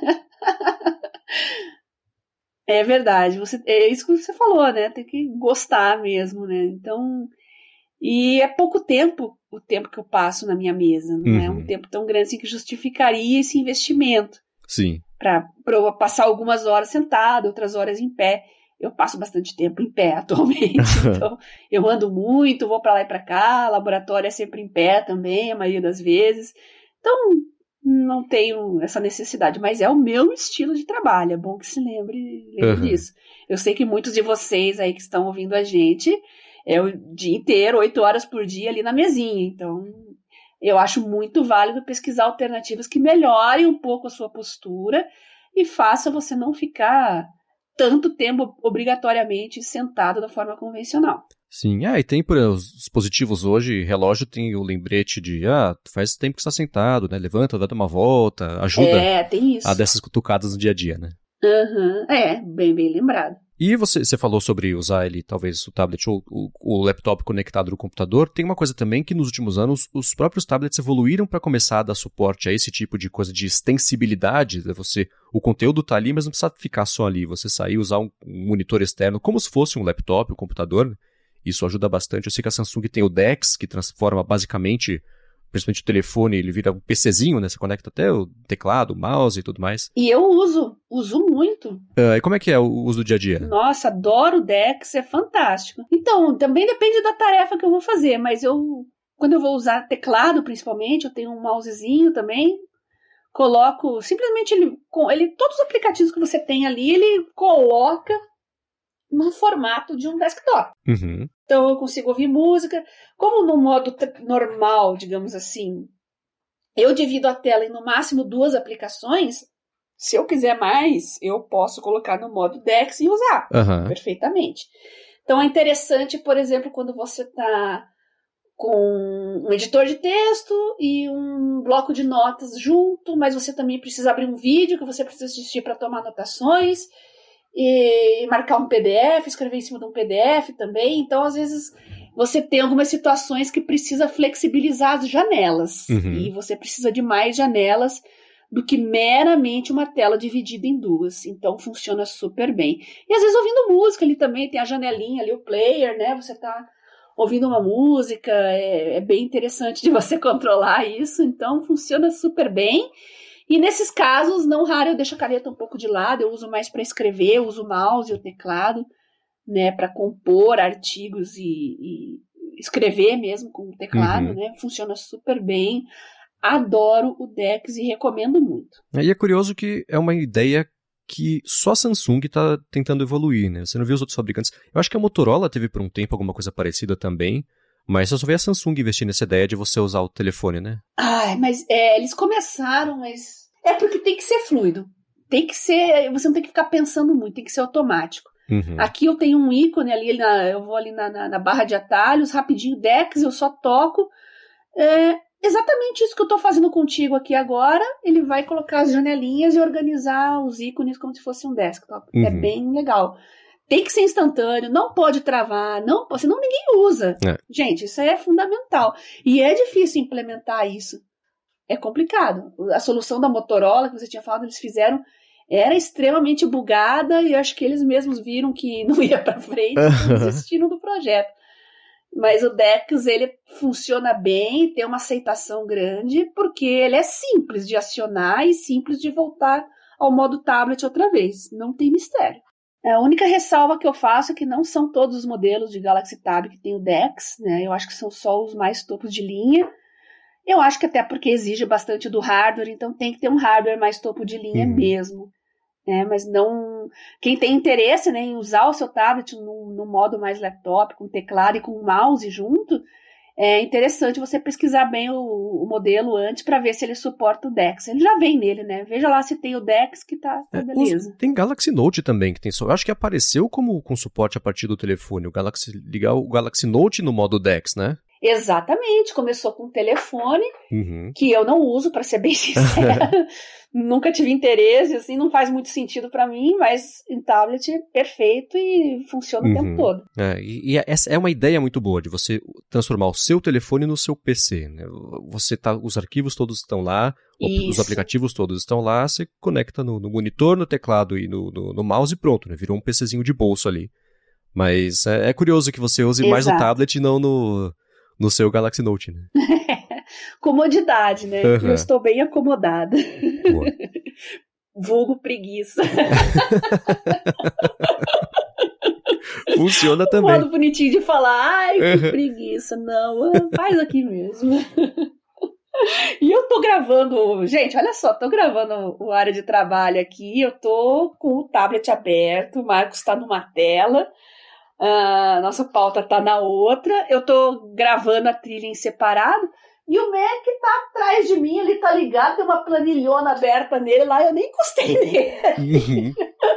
É verdade, é isso que você falou, né? Tem que gostar mesmo, né? Então, e é pouco tempo o tempo que eu passo na minha mesa, não é um tempo tão grande assim que justificaria esse investimento. Sim. Para eu passar algumas horas sentado, outras horas em pé. Eu passo bastante tempo em pé atualmente, então eu ando muito, vou para lá e para cá, laboratório é sempre em pé também, a maioria das vezes. Então, não tenho essa necessidade, mas é o meu estilo de trabalho, é bom que se lembre disso. Eu sei que muitos de vocês aí que estão ouvindo a gente, é o dia inteiro, 8 horas por dia ali na mesinha, então eu acho muito válido pesquisar alternativas que melhorem um pouco a sua postura e faça você não ficar tanto tempo obrigatoriamente sentado da forma convencional. Sim, e tem por os dispositivos hoje, relógio tem o lembrete de, faz tempo que você está sentado, né? Levanta, vai dar uma volta, ajuda tem isso. a dessas cutucadas no dia a dia, né? Bem lembrado. E você falou sobre usar ele, talvez o tablet ou o laptop conectado no computador. Tem uma coisa também que nos últimos anos os próprios tablets evoluíram para começar a dar suporte a esse tipo de coisa de extensibilidade. O conteúdo está ali, mas não precisa ficar só ali. Você sair, usar um monitor externo como se fosse um laptop, um computador, né? Isso ajuda bastante. Eu sei que a Samsung tem o DeX, que transforma basicamente, principalmente o telefone, ele vira um PCzinho, né? Você conecta até o teclado, o mouse e tudo mais. E eu uso muito. E como é que é o uso do dia a dia? Nossa, adoro o DeX, é fantástico. Então, também depende da tarefa que eu vou fazer, mas quando eu vou usar teclado, principalmente, eu tenho um mousezinho também, coloco, simplesmente todos os aplicativos que você tem ali, ele coloca no formato de um desktop. Então eu consigo ouvir música, como no modo normal, digamos assim, eu divido a tela em no máximo 2 aplicações. Se eu quiser mais, eu posso colocar no modo DeX e usar perfeitamente. Então é interessante, por exemplo, quando você está com um editor de texto e um bloco de notas junto, mas você também precisa abrir um vídeo que você precisa assistir para tomar anotações e marcar um PDF, escrever em cima de um PDF também. Então, às vezes, você tem algumas situações que precisa flexibilizar as janelas. E você precisa de mais janelas do que meramente uma tela dividida em 2. Então, funciona super bem. E, às vezes, ouvindo música ali também, tem a janelinha ali, o player, né? Você está ouvindo uma música, é bem interessante de você controlar isso. Então, funciona super bem. E nesses casos, não raro, eu deixo a caneta um pouco de lado, eu uso mais para escrever, eu uso o mouse e o teclado, né, para compor artigos e escrever mesmo com o teclado, né, funciona super bem. adoro o DeX e recomendo muito. E é curioso que é uma ideia que só a Samsung está tentando evoluir, né? Você não viu os outros fabricantes. Eu acho que a Motorola teve por um tempo alguma coisa parecida também, mas eu só vi a Samsung investir nessa ideia de você usar o telefone, né? Mas eles começaram, mas é porque tem que ser fluido. Tem que ser, você não tem que ficar pensando muito, tem que ser automático. Uhum. Aqui eu tenho um ícone ali, eu vou ali na barra de atalhos, rapidinho, DeX, eu só toco. Exatamente isso que eu estou fazendo contigo aqui agora, ele vai colocar as janelinhas e organizar os ícones como se fosse um desktop. Uhum. É bem legal. Tem que ser instantâneo, não pode travar, senão ninguém usa. Gente, isso é fundamental. E é difícil implementar isso. É complicado. A solução da Motorola, que você tinha falado, eles fizeram, era extremamente bugada e acho que eles mesmos viram que não ia para frente e desistiram do projeto. Mas o DeX, ele funciona bem, tem uma aceitação grande, porque ele é simples de acionar e simples de voltar ao modo tablet outra vez. Não tem mistério. A única ressalva que eu faço é que não são todos os modelos de Galaxy Tab que tem o DeX, né? Eu acho que são só os mais topos de linha. Eu acho que até porque exige bastante do hardware, então tem que ter um hardware mais topo de linha mesmo. Mas não... Quem tem interesse, né, em usar o seu tablet no modo mais laptop, com teclado e com mouse junto, é interessante você pesquisar bem o modelo antes para ver se ele suporta o DeX. Ele já vem nele, né? Veja lá se tem o DeX que tá beleza. Tem Galaxy Note também, que tem só. Eu acho que apareceu com suporte a partir do telefone. Ligar o Galaxy Note no modo DeX, né? Exatamente, começou com um telefone que eu não uso, para ser bem sincera. Nunca tive interesse, assim, não faz muito sentido para mim, mas em tablet perfeito e funciona o tempo todo. Essa é uma ideia muito boa de você transformar o seu telefone no seu PC, né? Os arquivos todos estão lá, os aplicativos todos estão lá, você conecta no monitor, no teclado e no mouse e pronto, né? Virou um PCzinho de bolso ali. Mas é curioso que você use mais o tablet e não no seu Galaxy Note, né? Comodidade, né? Eu estou bem acomodada. Boa. Vulgo preguiça. Funciona também. Um modo bonitinho de falar, que preguiça. Não, faz aqui mesmo. E eu tô gravando, gente, olha só, tô gravando o área de trabalho aqui, eu tô com o tablet aberto, o Marcos tá numa tela, nossa pauta tá na outra, eu tô gravando a trilha em separado, e o Mac tá atrás de mim, ele tá ligado, tem uma planilhona aberta nele lá, eu nem encostei nele.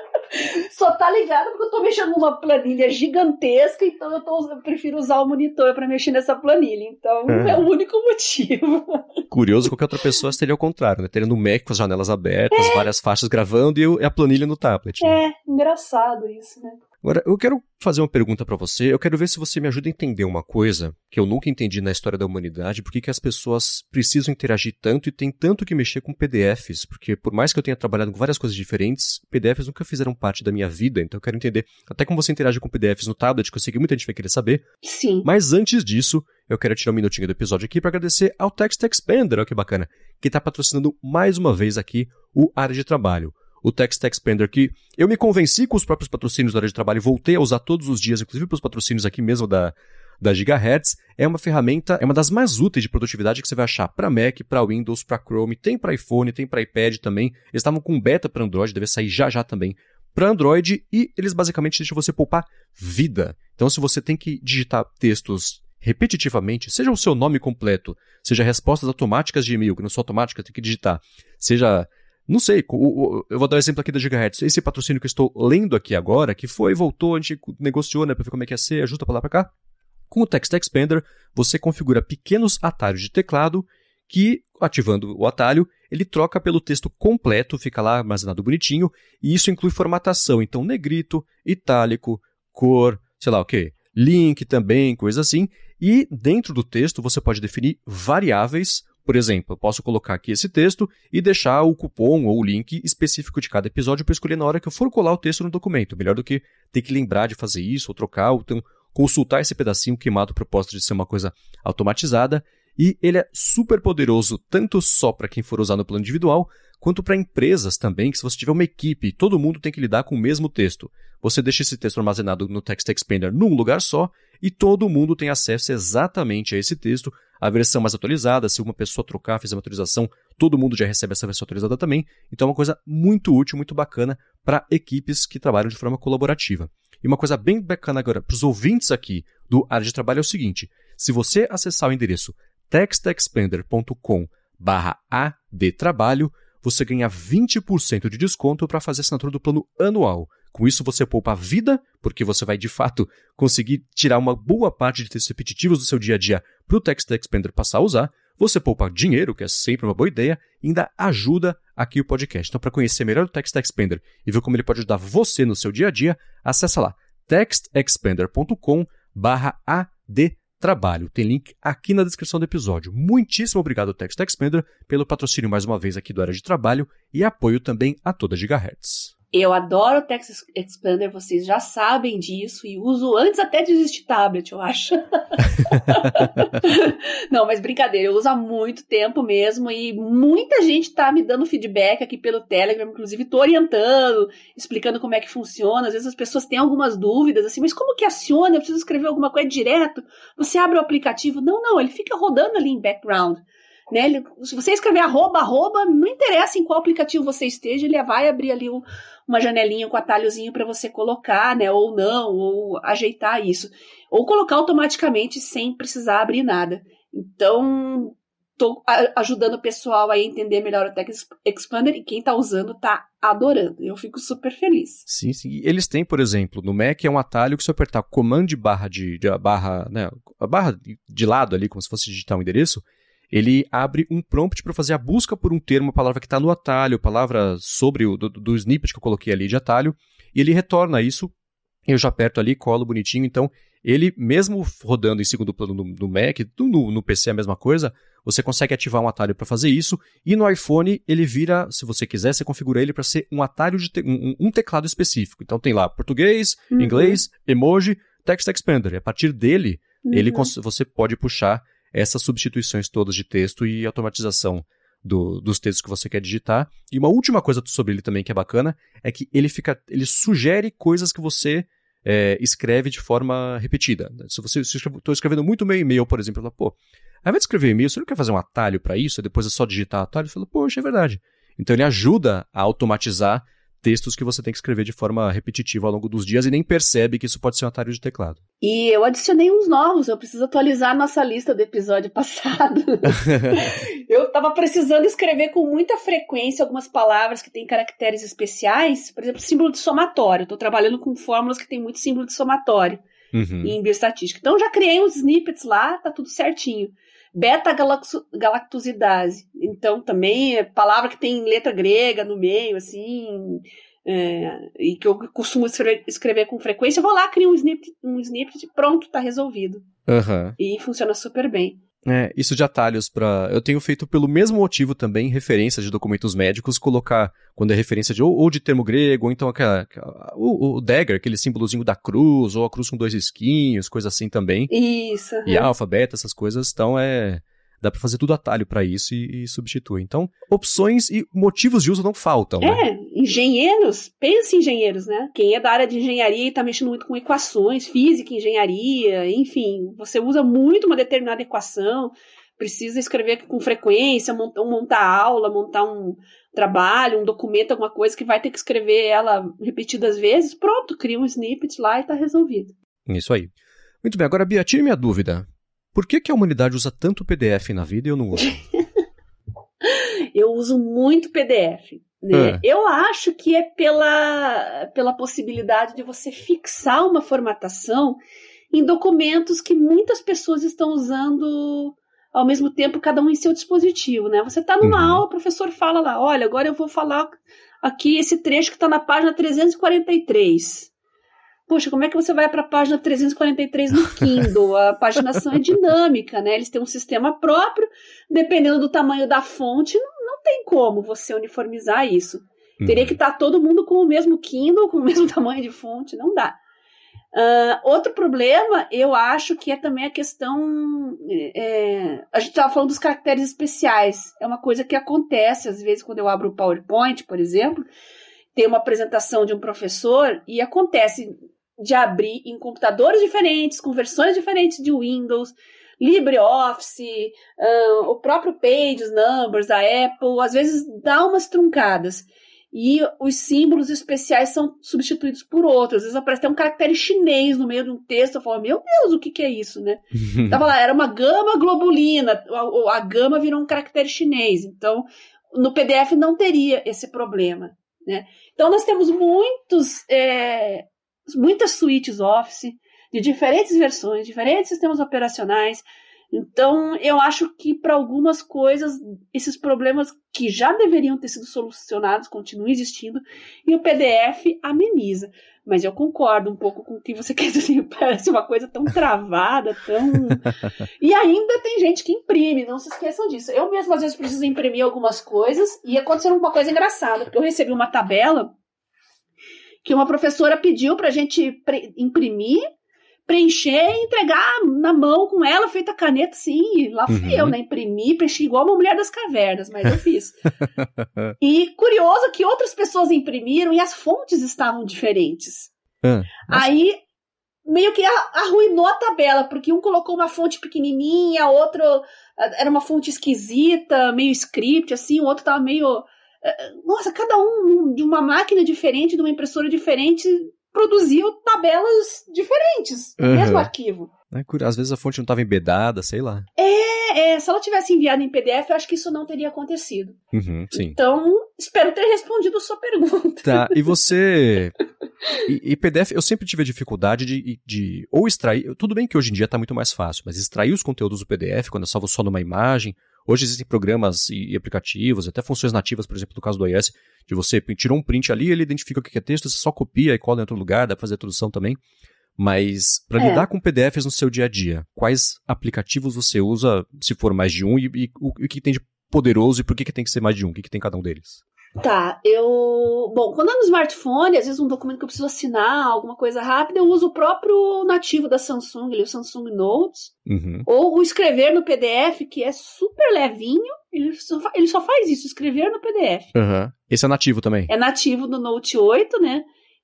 Só tá ligado porque eu tô mexendo numa planilha gigantesca, então eu prefiro usar o monitor pra mexer nessa planilha. Então é o único motivo. Curioso, qualquer outra pessoa seria ao contrário, né? Teria no Mac com as janelas abertas, várias faixas gravando e a planilha no tablet. Né? Engraçado isso, né? Agora, eu quero fazer uma pergunta pra você. Eu quero ver se você me ajuda a entender uma coisa que eu nunca entendi na história da humanidade. Por que as pessoas precisam interagir tanto e tem tanto que mexer com PDFs? Porque por mais que eu tenha trabalhado com várias coisas diferentes, PDFs nunca fizeram parte da minha vida. Então eu quero entender até como você interage com PDFs no tablet, que eu sei que muita gente vai querer saber. Sim. Mas antes disso, eu quero tirar um minutinho do episódio aqui para agradecer ao Text Expander, olha que bacana, que está patrocinando mais uma vez aqui o Área de Trabalho. O Text Expander, que eu me convenci com os próprios patrocínios da área de trabalho e voltei a usar todos os dias, inclusive para os patrocínios aqui mesmo da Gigahertz, é uma ferramenta, é uma das mais úteis de produtividade que você vai achar para Mac, para Windows, para Chrome, tem para iPhone, tem para iPad também. Eles estavam com beta para Android, deve sair já também para Android, e eles basicamente deixam você poupar vida. Então, se você tem que digitar textos repetitivamente, seja o seu nome completo, seja respostas automáticas de e-mail, que não são automáticas, tem que digitar, seja... Não sei, eu vou dar um exemplo aqui da Gigahertz. Esse patrocínio que eu estou lendo aqui agora, que foi, voltou, a gente negociou, né, para ver como é que ia ser, ajusta para lá para cá. Com o Text Expander, você configura pequenos atalhos de teclado que, ativando o atalho, ele troca pelo texto completo, fica lá armazenado bonitinho, e isso inclui formatação, então negrito, itálico, cor, sei lá o quê, link também, coisa assim, e dentro do texto você pode definir variáveis. Por exemplo, eu posso colocar aqui esse texto e deixar o cupom ou o link específico de cada episódio para escolher na hora que eu for colar o texto no documento. Melhor do que ter que lembrar de fazer isso ou trocar, ou então consultar esse pedacinho queimado a propósito de ser uma coisa automatizada. E ele é super poderoso, tanto só para quem for usar no plano individual, quanto para empresas também, que se você tiver uma equipe, todo mundo tem que lidar com o mesmo texto. Você deixa esse texto armazenado no Text Expander num lugar só e todo mundo tem acesso exatamente a esse texto, a versão mais atualizada. Se uma pessoa trocar, fizer uma atualização, todo mundo já recebe essa versão atualizada também. Então é uma coisa muito útil, muito bacana para equipes que trabalham de forma colaborativa. E uma coisa bem bacana agora para os ouvintes aqui do Área de Trabalho é o seguinte: se você acessar o endereço textexpander.com/adtrabalho, você ganha 20% de desconto para fazer assinatura do plano anual. Com isso, você poupa a vida, porque você vai, de fato, conseguir tirar uma boa parte de textos repetitivos do seu dia a dia para o Text Expander passar a usar. Você poupa dinheiro, que é sempre uma boa ideia, e ainda ajuda aqui o podcast. Então, para conhecer melhor o Text Expander e ver como ele pode ajudar você no seu dia a dia, acessa lá textexpander.com/adtrabalho. Tem link aqui na descrição do episódio. Muitíssimo obrigado, Text Expander, pelo patrocínio mais uma vez aqui do Área de Trabalho e apoio também a toda Gigahertz. Eu adoro o Text Expander, vocês já sabem disso, e uso antes até de existir tablet, eu acho. Não, mas brincadeira, eu uso há muito tempo mesmo, e muita gente tá me dando feedback aqui pelo Telegram, inclusive tô orientando, explicando como é que funciona. Às vezes as pessoas têm algumas dúvidas, assim, mas como que aciona? Eu preciso escrever alguma coisa direto? Você abre o aplicativo? Não, ele fica rodando ali em background. Né? Se você escrever arroba, não interessa em qual aplicativo você esteja, ele vai abrir ali uma janelinha com atalhozinho para você colocar, né? Ou não, ou ajeitar isso. Ou colocar automaticamente sem precisar abrir nada. Então, estou ajudando o pessoal a entender melhor o Text Expander, e quem está usando está adorando. Eu fico super feliz. Sim. Eles têm, por exemplo, no Mac é um atalho que se eu apertar Command né, a barra de lado ali, como se fosse digitar um endereço, ele abre um prompt para fazer a busca por um termo, uma palavra que está no atalho, palavra sobre do snippet que eu coloquei ali de atalho, e ele retorna isso, eu já aperto ali, colo bonitinho. Então, ele mesmo rodando em segundo plano no Mac, no PC é a mesma coisa, você consegue ativar um atalho para fazer isso, e no iPhone ele vira, se você quiser, você configura ele para ser um atalho de um teclado específico. Então tem lá português, inglês, emoji, Text Expander, e a partir dele, você pode puxar essas substituições todas de texto e automatização dos textos que você quer digitar. E uma última coisa sobre ele também que é bacana é que ele sugere coisas que você escreve de forma repetida. Se você estou escrevendo muito meu e-mail, por exemplo, ao invés de escrever e-mail, você não quer fazer um atalho para isso, e depois é só digitar atalho? Você fala, poxa, é verdade. Então ele ajuda a automatizar textos que você tem que escrever de forma repetitiva ao longo dos dias e nem percebe que isso pode ser um atalho de teclado. E eu adicionei uns novos, eu preciso atualizar a nossa lista do episódio passado. Eu estava precisando escrever com muita frequência algumas palavras que têm caracteres especiais, por exemplo, símbolo de somatório. Estou trabalhando com fórmulas que têm muito símbolo de somatório em bioestatística. Então já criei uns snippets lá, tá tudo certinho. Beta-galactosidase. Então, também é palavra que tem letra grega no meio, assim, e que eu costumo escrever com frequência. Eu vou lá, crio um snippet e pronto, tá resolvido. E funciona super bem. Isso de atalhos eu tenho feito pelo mesmo motivo também, referências de documentos médicos, colocar quando é referência ou de termo grego, ou então o dagger, aquele símbolozinho da cruz, ou a cruz com 2 risquinhos, coisa assim também. Isso. E alfa, beta, essas coisas. Então dá pra fazer tudo atalho pra isso e substitui. Então, opções e motivos de uso não faltam, né? Engenheiros, pense em engenheiros, né? Quem é da área de engenharia e tá mexendo muito com equações, física, engenharia, enfim, você usa muito uma determinada equação, precisa escrever com frequência, montar aula, montar um trabalho, um documento, alguma coisa que vai ter que escrever ela repetidas vezes, pronto, cria um snippet lá e tá resolvido. Isso aí. Muito bem, agora, Bia, tire minha dúvida. Por que a humanidade usa tanto PDF na vida e eu não uso? Eu uso muito PDF. Né? Eu acho que é pela possibilidade de você fixar uma formatação em documentos que muitas pessoas estão usando ao mesmo tempo, cada um em seu dispositivo. Né? Você está numa aula, o professor fala lá, olha, agora eu vou falar aqui esse trecho que está na página 343. Poxa, como é que você vai para a página 343 no Kindle? A paginação é dinâmica, né? Eles têm um sistema próprio, dependendo do tamanho da fonte, não tem como você uniformizar isso. Teria que estar todo mundo com o mesmo Kindle, com o mesmo tamanho de fonte, não dá. Outro problema, eu acho que é também a questão... a gente estava falando dos caracteres especiais. É uma coisa que acontece, às vezes, quando eu abro o PowerPoint, por exemplo, tem uma apresentação de um professor e acontece de abrir em computadores diferentes, com versões diferentes de Windows, LibreOffice, o próprio Pages, Numbers da Apple, às vezes dá umas truncadas. E os símbolos especiais são substituídos por outros. Às vezes aparece até um caractere chinês no meio de um texto. Eu falo, meu Deus, o que é isso, né? Tava lá, era uma gama globulina. A gama virou um caractere chinês. Então, no PDF não teria esse problema, né? Então, nós temos muitas suítes Office de diferentes versões, diferentes sistemas operacionais. Então, eu acho que para algumas coisas, esses problemas que já deveriam ter sido solucionados continuam existindo e o PDF ameniza. Mas eu concordo um pouco com o que você quer dizer, parece uma coisa tão travada, tão... E ainda tem gente que imprime, não se esqueçam disso. Eu mesmo, às vezes, preciso imprimir algumas coisas e aconteceu uma coisa engraçada, porque eu recebi uma tabela que uma professora pediu para a gente imprimir, preencher e entregar na mão com ela, feita a caneta, sim, e lá fui eu, né, imprimi, preenchi igual uma mulher das cavernas, mas eu fiz. E curioso que outras pessoas imprimiram e as fontes estavam diferentes. Aí, meio que arruinou a tabela, porque um colocou uma fonte pequenininha, outro era uma fonte esquisita, meio script, assim, o outro tava meio... Nossa, cada um de uma máquina diferente, de uma impressora diferente... produziu tabelas diferentes no mesmo arquivo. Às vezes a fonte não estava embedada, sei lá. Se ela tivesse enviado em PDF, eu acho que isso não teria acontecido. Sim. Então, espero ter respondido a sua pergunta. Tá, e você... E PDF, eu sempre tive a dificuldade de ou extrair... Tudo bem que hoje em dia está muito mais fácil, mas extrair os conteúdos do PDF, quando eu salvo só numa imagem... Hoje existem programas e aplicativos, até funções nativas, por exemplo, no caso do iOS, de você tirou um print ali, ele identifica o que é texto, você só copia e cola em outro lugar, dá pra fazer a tradução também. Mas, para lidar com PDFs no seu dia a dia, quais aplicativos você usa, se for mais de um, e o que tem de poderoso e por que tem que ser mais de um? O que tem cada um deles? Tá, Bom, quando é no smartphone, às vezes um documento que eu preciso assinar, alguma coisa rápida, eu uso o próprio nativo da Samsung, o Samsung Notes, ou o escrever no PDF, que é super levinho, ele só faz isso, escrever no PDF. Esse é nativo também? É nativo do Note 8, né,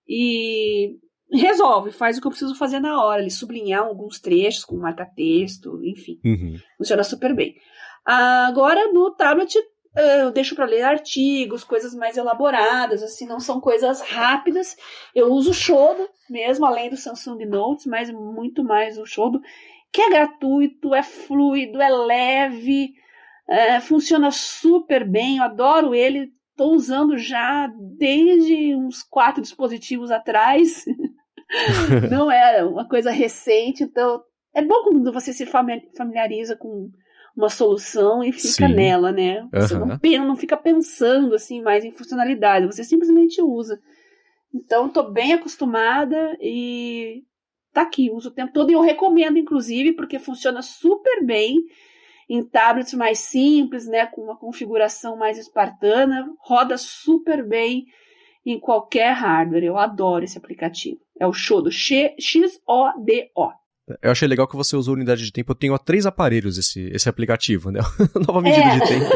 e resolve, faz o que eu preciso fazer na hora, ele sublinhar alguns trechos com marca-texto, enfim, funciona super bem. Agora, no tablet, eu deixo para ler artigos, coisas mais elaboradas, assim, não são coisas rápidas. Eu uso o Shodo mesmo, além do Samsung Notes, mas muito mais o Shodo, que é gratuito, é fluido, é leve, funciona super bem, eu adoro ele, estou usando já desde uns 4 dispositivos atrás, não é uma coisa recente, então é bom quando você se familiariza com uma solução e fica nela, né? Você não fica pensando assim mais em funcionalidade, você simplesmente usa. Então, estou bem acostumada e tá aqui, uso o tempo todo e eu recomendo, inclusive, porque funciona super bem em tablets mais simples, né? Com uma configuração mais espartana, roda super bem em qualquer hardware. Eu adoro esse aplicativo. É o Shodo, X-O-D-O. Eu achei legal que você usou unidade de tempo. Eu tenho 3 aparelhos esse aplicativo, né? Nova medida de tempo.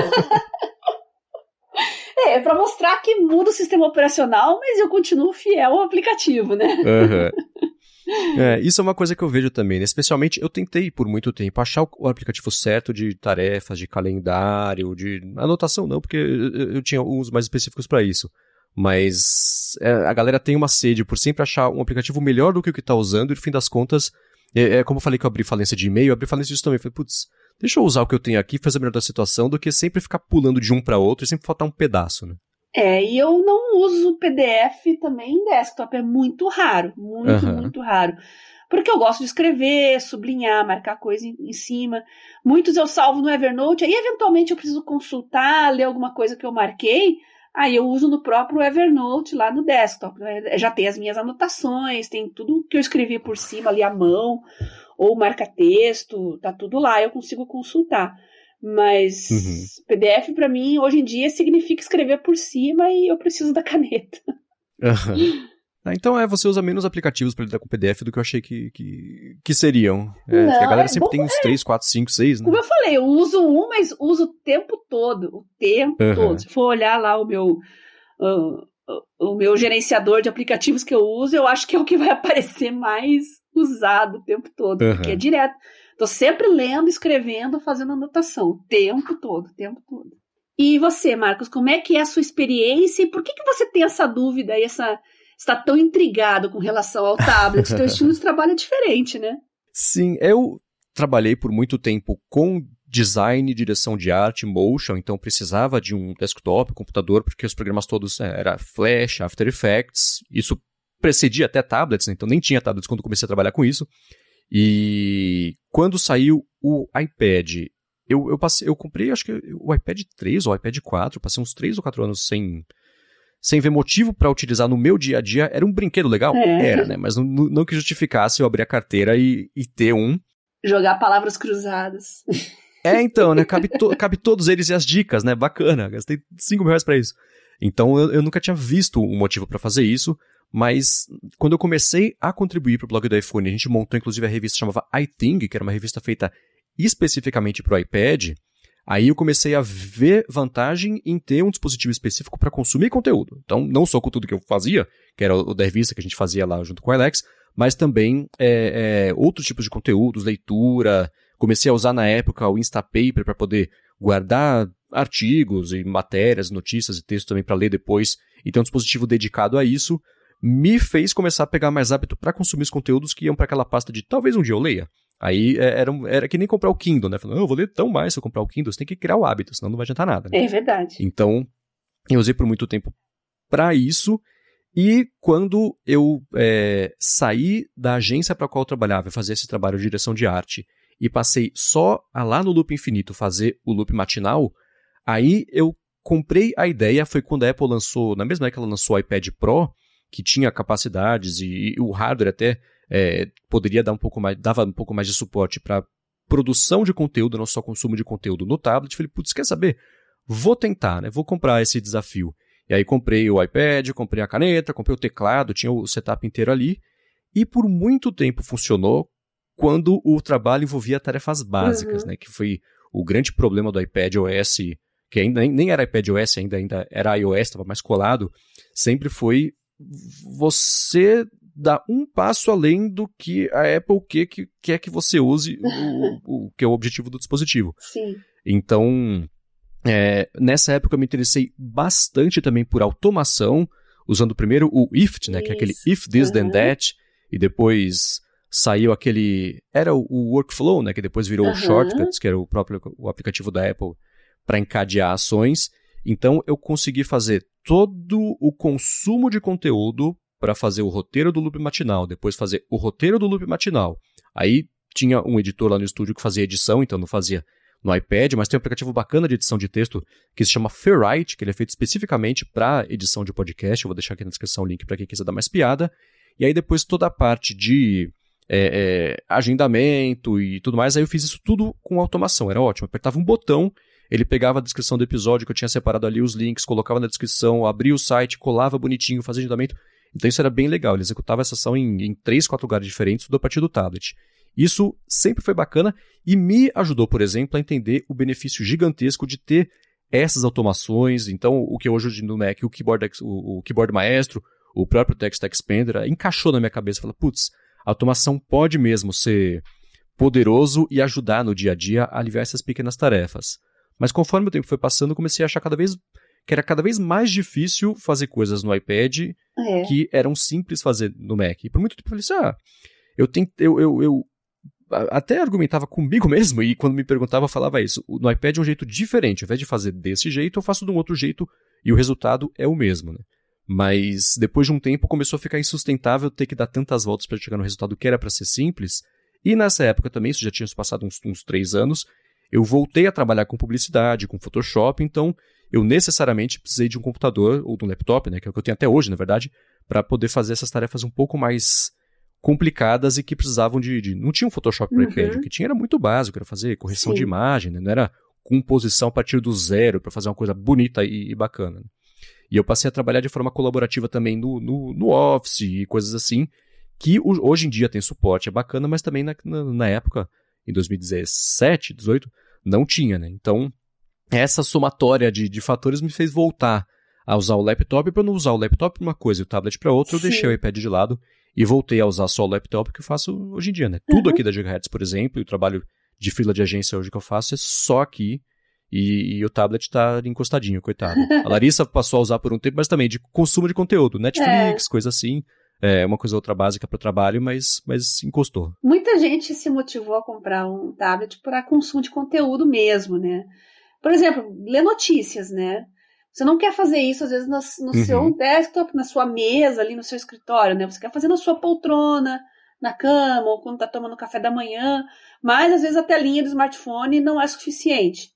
É pra mostrar que muda o sistema operacional, mas eu continuo fiel ao aplicativo, né? Isso é uma coisa que eu vejo também, né? Especialmente, eu tentei por muito tempo achar o aplicativo certo de tarefas, de calendário, de anotação não, porque eu tinha uns mais específicos para isso. Mas a galera tem uma sede por sempre achar um aplicativo melhor do que o que está usando e no fim das contas... como eu falei que eu abri falência de e-mail, eu abri falência disso também. Falei, putz, deixa eu usar o que eu tenho aqui, fazer a melhor da situação, do que sempre ficar pulando de um para outro e sempre faltar um pedaço, né? E eu não uso PDF também em desktop, é muito raro, muito raro. Porque eu gosto de escrever, sublinhar, marcar coisa em cima. Muitos eu salvo no Evernote, aí eventualmente eu preciso consultar, ler alguma coisa que eu marquei, aí eu uso no próprio Evernote lá no desktop. Já tem as minhas anotações, tem tudo que eu escrevi por cima ali à mão, ou marca-texto, tá tudo lá, eu consigo consultar. Mas PDF para mim, hoje em dia, significa escrever por cima e eu preciso da caneta. Então você usa menos aplicativos para lidar com PDF do que eu achei que seriam. Não, a galera sempre tem uns 3, 4, 5, 6, né? Como eu falei, eu uso um, mas uso o tempo todo. Todo. Se for olhar lá o meu gerenciador de aplicativos que eu uso, eu acho que é o que vai aparecer mais usado o tempo todo. Porque é direto. Tô sempre lendo, escrevendo, fazendo anotação, o tempo todo. E você, Marcos, como é que é a sua experiência e por que você tem essa dúvida e está tão intrigado com relação ao tablet? Teu estilo de trabalho é diferente, né? Sim, eu trabalhei por muito tempo com design, direção de arte, motion, então precisava de um desktop, computador, porque os programas todos era Flash, After Effects, isso precedia até tablets, né? Então nem tinha tablets quando comecei a trabalhar com isso. E quando saiu o iPad, eu comprei, acho que o iPad 3 ou o iPad 4, passei uns 3 ou 4 anos sem ver motivo para utilizar no meu dia a dia. Era um brinquedo legal? Era, né? Mas não que justificasse eu abrir a carteira e ter um. Jogar palavras cruzadas. Então, né? Cabe todos eles e as dicas, né? Bacana, gastei R$5.000 pra isso. Então, eu nunca tinha visto um motivo pra fazer isso, mas quando eu comecei a contribuir pro blog do iPhone, a gente montou inclusive a revista que chamava iThing, que era uma revista feita especificamente pro iPad, aí eu comecei a ver vantagem em ter um dispositivo específico para consumir conteúdo. Então, não só com tudo que eu fazia, que era o da revista que a gente fazia lá junto com o Alex, mas também outros tipos de conteúdos, leitura. Comecei a usar na época o Instapaper para poder guardar artigos e matérias, notícias e textos também para ler depois. Então, um dispositivo dedicado a isso me fez começar a pegar mais hábito para consumir os conteúdos que iam para aquela pasta de talvez um dia eu leia. Aí era que nem comprar o Kindle, né? Falando, eu vou ler tão mais se eu comprar o Kindle, você tem que criar o hábito, senão não vai adiantar nada. Né? É verdade. Então, eu usei por muito tempo para isso. E quando eu saí da agência para a qual eu trabalhava e fazia esse trabalho de direção de arte e passei só a lá no Loop Infinito fazer o loop matinal, aí eu comprei a ideia, foi quando a Apple lançou, na mesma época que ela lançou o iPad Pro, que tinha capacidades e o hardware até poderia dar dava um pouco mais de suporte para produção de conteúdo, não só consumo de conteúdo no tablet. Falei, putz, quer saber? Vou tentar, né? Vou comprar esse desafio. E aí comprei o iPad, comprei a caneta, comprei o teclado, tinha o setup inteiro ali. E por muito tempo funcionou quando o trabalho envolvia tarefas básicas, né? Que foi o grande problema do iPad OS, que ainda nem era iPad OS, ainda era iOS, estava mais colado. Sempre foi você dar um passo além do que a Apple quer que você use, o que é o objetivo do dispositivo. Sim. Então, nessa época eu me interessei bastante também por automação, usando primeiro o IFT, né, que é aquele If This Then That, e depois saiu aquele... Era o Workflow, né, que depois virou o Shortcuts, que era o aplicativo da Apple para encadear ações. Então eu consegui fazer todo o consumo de conteúdo para fazer o roteiro do loop matinal, depois fazer o roteiro do loop matinal. Aí tinha um editor lá no estúdio que fazia edição, então não fazia no iPad, mas tem um aplicativo bacana de edição de texto que se chama Ferrite, que ele é feito especificamente para edição de podcast. Eu vou deixar aqui na descrição o link para quem quiser dar mais piada. E aí depois toda a parte de agendamento e tudo mais, aí eu fiz isso tudo com automação, era ótimo. Eu apertava um botão, ele pegava a descrição do episódio que eu tinha separado ali, os links, colocava na descrição, abria o site, colava bonitinho, fazia agendamento. Então isso era bem legal, ele executava essa ação em 3, 4 lugares diferentes, tudo a partir do tablet. Isso sempre foi bacana e me ajudou, por exemplo, a entender o benefício gigantesco de ter essas automações. Então, o que hoje no Mac, o Keyboard Maestro, o próprio Text Expander, encaixou na minha cabeça. Falei, putz, a automação pode mesmo ser poderoso e ajudar no dia a dia a aliviar essas pequenas tarefas. Mas conforme o tempo foi passando, eu comecei a achar que era cada vez mais difícil fazer coisas no iPad que eram simples fazer no Mac. E por muito tempo eu falei assim, eu até argumentava comigo mesmo, e quando me perguntava eu falava isso. No iPad é um jeito diferente, ao invés de fazer desse jeito, eu faço de um outro jeito e o resultado é o mesmo, né? Mas depois de um tempo começou a ficar insustentável ter que dar tantas voltas para chegar no resultado que era para ser simples. E nessa época também, isso já tinha se passado uns 3 anos, eu voltei a trabalhar com publicidade, com Photoshop, então eu necessariamente precisei de um computador, ou de um laptop, né, que é o que eu tenho até hoje, na verdade, para poder fazer essas tarefas um pouco mais complicadas e que precisavam não tinha um Photoshop para iPad, o que tinha era muito básico, era fazer correção de imagem, né, não era composição a partir do zero para fazer uma coisa bonita e bacana. E eu passei a trabalhar de forma colaborativa também no Office e coisas assim, que hoje em dia tem suporte, é bacana, mas também na época, em 2017, 2018, não tinha, né? Então, essa somatória de fatores me fez voltar a usar o laptop. Para não usar o laptop para uma coisa e o tablet para outra, eu deixei o iPad de lado e voltei a usar só o laptop que eu faço hoje em dia, né? Tudo aqui da Gigahertz, por exemplo, e o trabalho de freela de agência hoje que eu faço é só aqui, e o tablet tá encostadinho, coitado. A Larissa passou a usar por um tempo, mas também de consumo de conteúdo, Netflix, coisa assim, uma coisa ou outra básica para o trabalho, mas encostou. Muita gente se motivou a comprar um tablet para consumo de conteúdo mesmo, né? Por exemplo, ler notícias, né? Você não quer fazer isso, às vezes, no seu desktop, na sua mesa, ali no seu escritório, né? Você quer fazer na sua poltrona, na cama, ou quando está tomando café da manhã, mas, às vezes, a telinha do smartphone não é suficiente.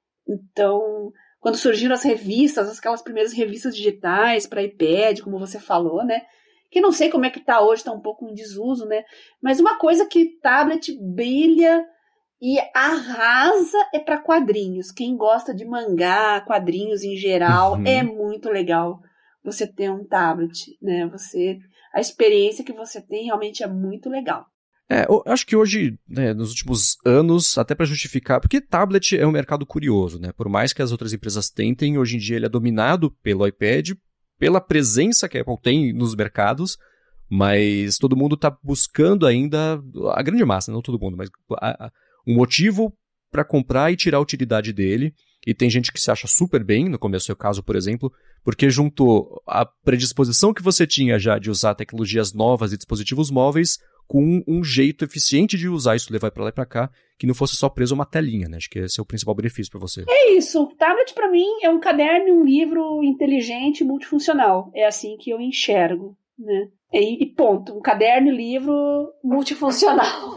Então, quando surgiram as revistas, aquelas primeiras revistas digitais para iPad, como você falou, né? Que não sei como é que está hoje, está um pouco em desuso, né? Mas uma coisa que tablet brilha e arrasa é para quadrinhos. Quem gosta de mangá, quadrinhos em geral, é muito legal você ter um tablet, né? A experiência que você tem realmente é muito legal. Eu acho que hoje, né, nos últimos anos, até para justificar, porque tablet é um mercado curioso, né? Por mais que as outras empresas tentem, hoje em dia ele é dominado pelo iPad, pela presença que a Apple tem nos mercados, mas todo mundo está buscando ainda, a grande massa, não todo mundo, mas um motivo para comprar e tirar a utilidade dele. E tem gente que se acha super bem, no começo do seu caso, por exemplo, porque juntou a predisposição que você tinha já de usar tecnologias novas e dispositivos móveis com um jeito eficiente de usar isso, levar para lá e para cá, que não fosse só preso a uma telinha, né? Acho que esse é o principal benefício para você. É isso. O tablet, para mim, é um caderno e um livro inteligente e multifuncional. É assim que eu enxergo, né? E ponto. Um caderno e livro multifuncional.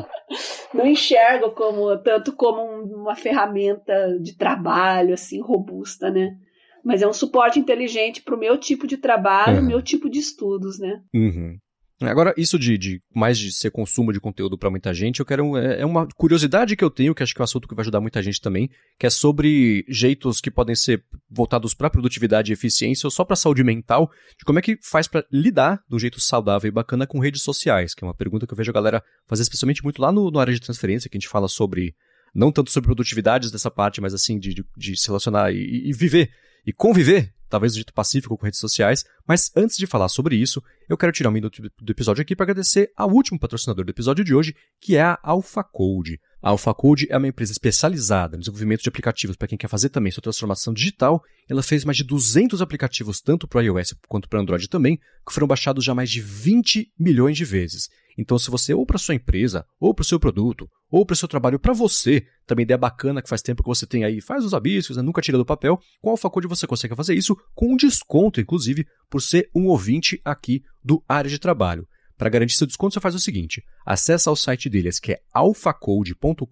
Não enxergo tanto como uma ferramenta de trabalho, assim, robusta, né? Mas é um suporte inteligente para o meu tipo de trabalho, meu tipo de estudos, né? Agora, isso de mais de ser consumo de conteúdo para muita gente, eu quero é uma curiosidade que eu tenho, que acho que é um assunto que vai ajudar muita gente também, que é sobre jeitos que podem ser voltados para produtividade e eficiência ou só para saúde mental, de como é que faz para lidar de um jeito saudável e bacana com redes sociais, que é uma pergunta que eu vejo a galera fazer especialmente muito lá no área de transferência, que a gente fala sobre, não tanto sobre produtividades dessa parte, mas assim, de se relacionar e viver e conviver, talvez do jeito pacífico com redes sociais, mas antes de falar sobre isso, eu quero tirar um minuto do episódio aqui para agradecer ao último patrocinador do episódio de hoje, que é a AlphaCode. A AlphaCode é uma empresa especializada no desenvolvimento de aplicativos para quem quer fazer também sua transformação digital. Ela fez mais de 200 aplicativos, tanto para iOS quanto para Android também, que foram baixados já mais de 20 milhões de vezes. Então, se você, ou para sua empresa, ou para o seu produto, ou para o seu trabalho, para você, também ideia bacana que faz tempo que você tem aí, faz os rabiscos, né, nunca tira do papel, com a AlphaCode você consegue fazer isso com um desconto, inclusive, por ser um ouvinte aqui do Área de Trabalho. Para garantir seu desconto, você faz o seguinte, acessa ao site deles, que é alphacode.com.br,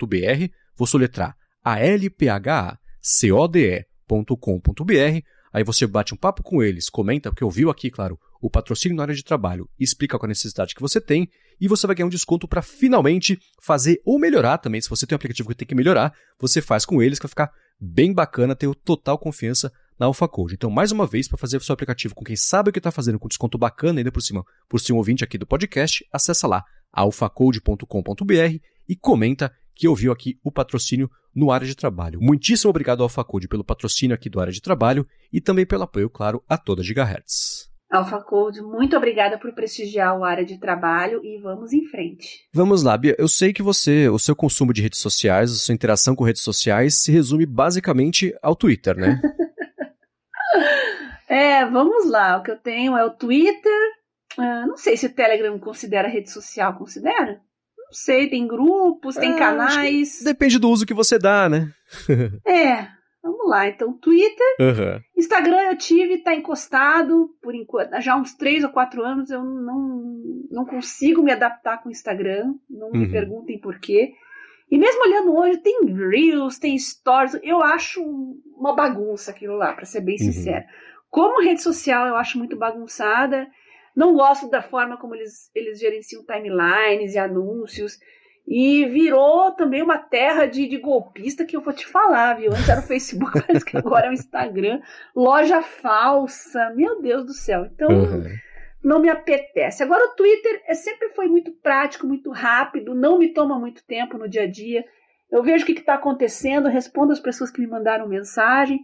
vou soletrar alphacode.com.br, aí você bate um papo com eles, comenta, porque ouviu aqui, claro, o patrocínio na área de trabalho, explica qual a necessidade que você tem, e você vai ganhar um desconto para finalmente fazer ou melhorar também. Se você tem um aplicativo que tem que melhorar, você faz com eles, que vai ficar bem bacana, ter total confiança na AlphaCode. Então, mais uma vez, para fazer o seu aplicativo com quem sabe o que está fazendo, com desconto bacana, ainda por cima, por ser um ouvinte aqui do podcast, acessa lá, alphacode.com.br e comenta que ouviu aqui o patrocínio no Área de Trabalho. Muitíssimo obrigado ao AlphaCode pelo patrocínio aqui do Área de Trabalho e também pelo apoio, claro, a toda a Gigahertz. AlphaCode, muito obrigada por prestigiar o Área de Trabalho e vamos em frente. Vamos lá, Bia. Eu sei que o seu consumo de redes sociais, a sua interação com redes sociais se resume basicamente ao Twitter, né? Vamos lá. O que eu tenho é o Twitter. Não sei se o Telegram considera rede social. Considera? Não sei. Tem grupos, tem canais. Depende do uso que você dá, né? Vamos lá. Então, Twitter. Instagram eu tive, tá encostado por enquanto. Já há uns 3 ou 4 anos eu não consigo me adaptar com o Instagram. Não me perguntem por quê. E mesmo olhando hoje, tem Reels, tem Stories. Eu acho uma bagunça aquilo lá, para ser bem sincera. Como rede social, eu acho muito bagunçada. Não gosto da forma como eles gerenciam timelines e anúncios. E virou também uma terra de golpista que eu vou te falar, viu? Antes era o Facebook, parece que agora é o Instagram. Loja falsa. Meu Deus do céu. Então, não me apetece. Agora, o Twitter sempre foi muito prático, muito rápido. Não me toma muito tempo no dia a dia. Eu vejo o que está acontecendo, respondo as pessoas que me mandaram mensagem.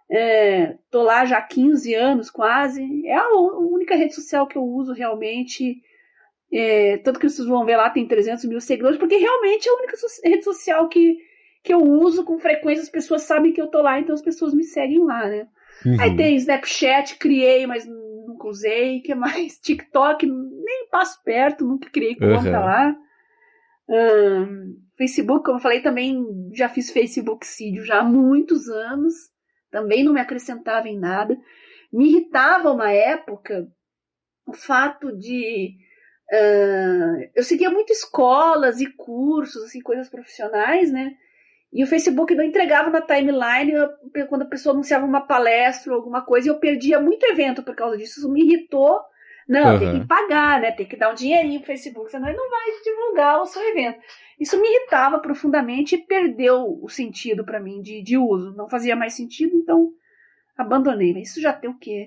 Tô lá já há 15 anos quase. É a única rede social que eu uso realmente. Tanto que vocês vão ver lá, tem 300 mil seguidores, porque realmente é a única rede social que eu uso com frequência. As pessoas sabem que eu tô lá, então as pessoas me seguem lá, né? Uhum. Aí tem Snapchat, criei, mas nunca usei. O que mais? TikTok, nem passo perto, nunca criei conta lá. Facebook, como eu falei, também já fiz Facebookcídio já há muitos anos. Também não me acrescentava em nada. Me irritava uma época o fato de... eu seguia muito escolas e cursos, assim, coisas profissionais, né? E o Facebook não entregava na timeline quando a pessoa anunciava uma palestra ou alguma coisa, e eu perdia muito evento por causa disso. Isso me irritou. Não, tem que pagar, né? Tem que dar um dinheirinho pro Facebook, senão ele não vai divulgar o seu evento. Isso me irritava profundamente e perdeu o sentido para mim de uso. Não fazia mais sentido, então abandonei. Mas isso já tem o quê?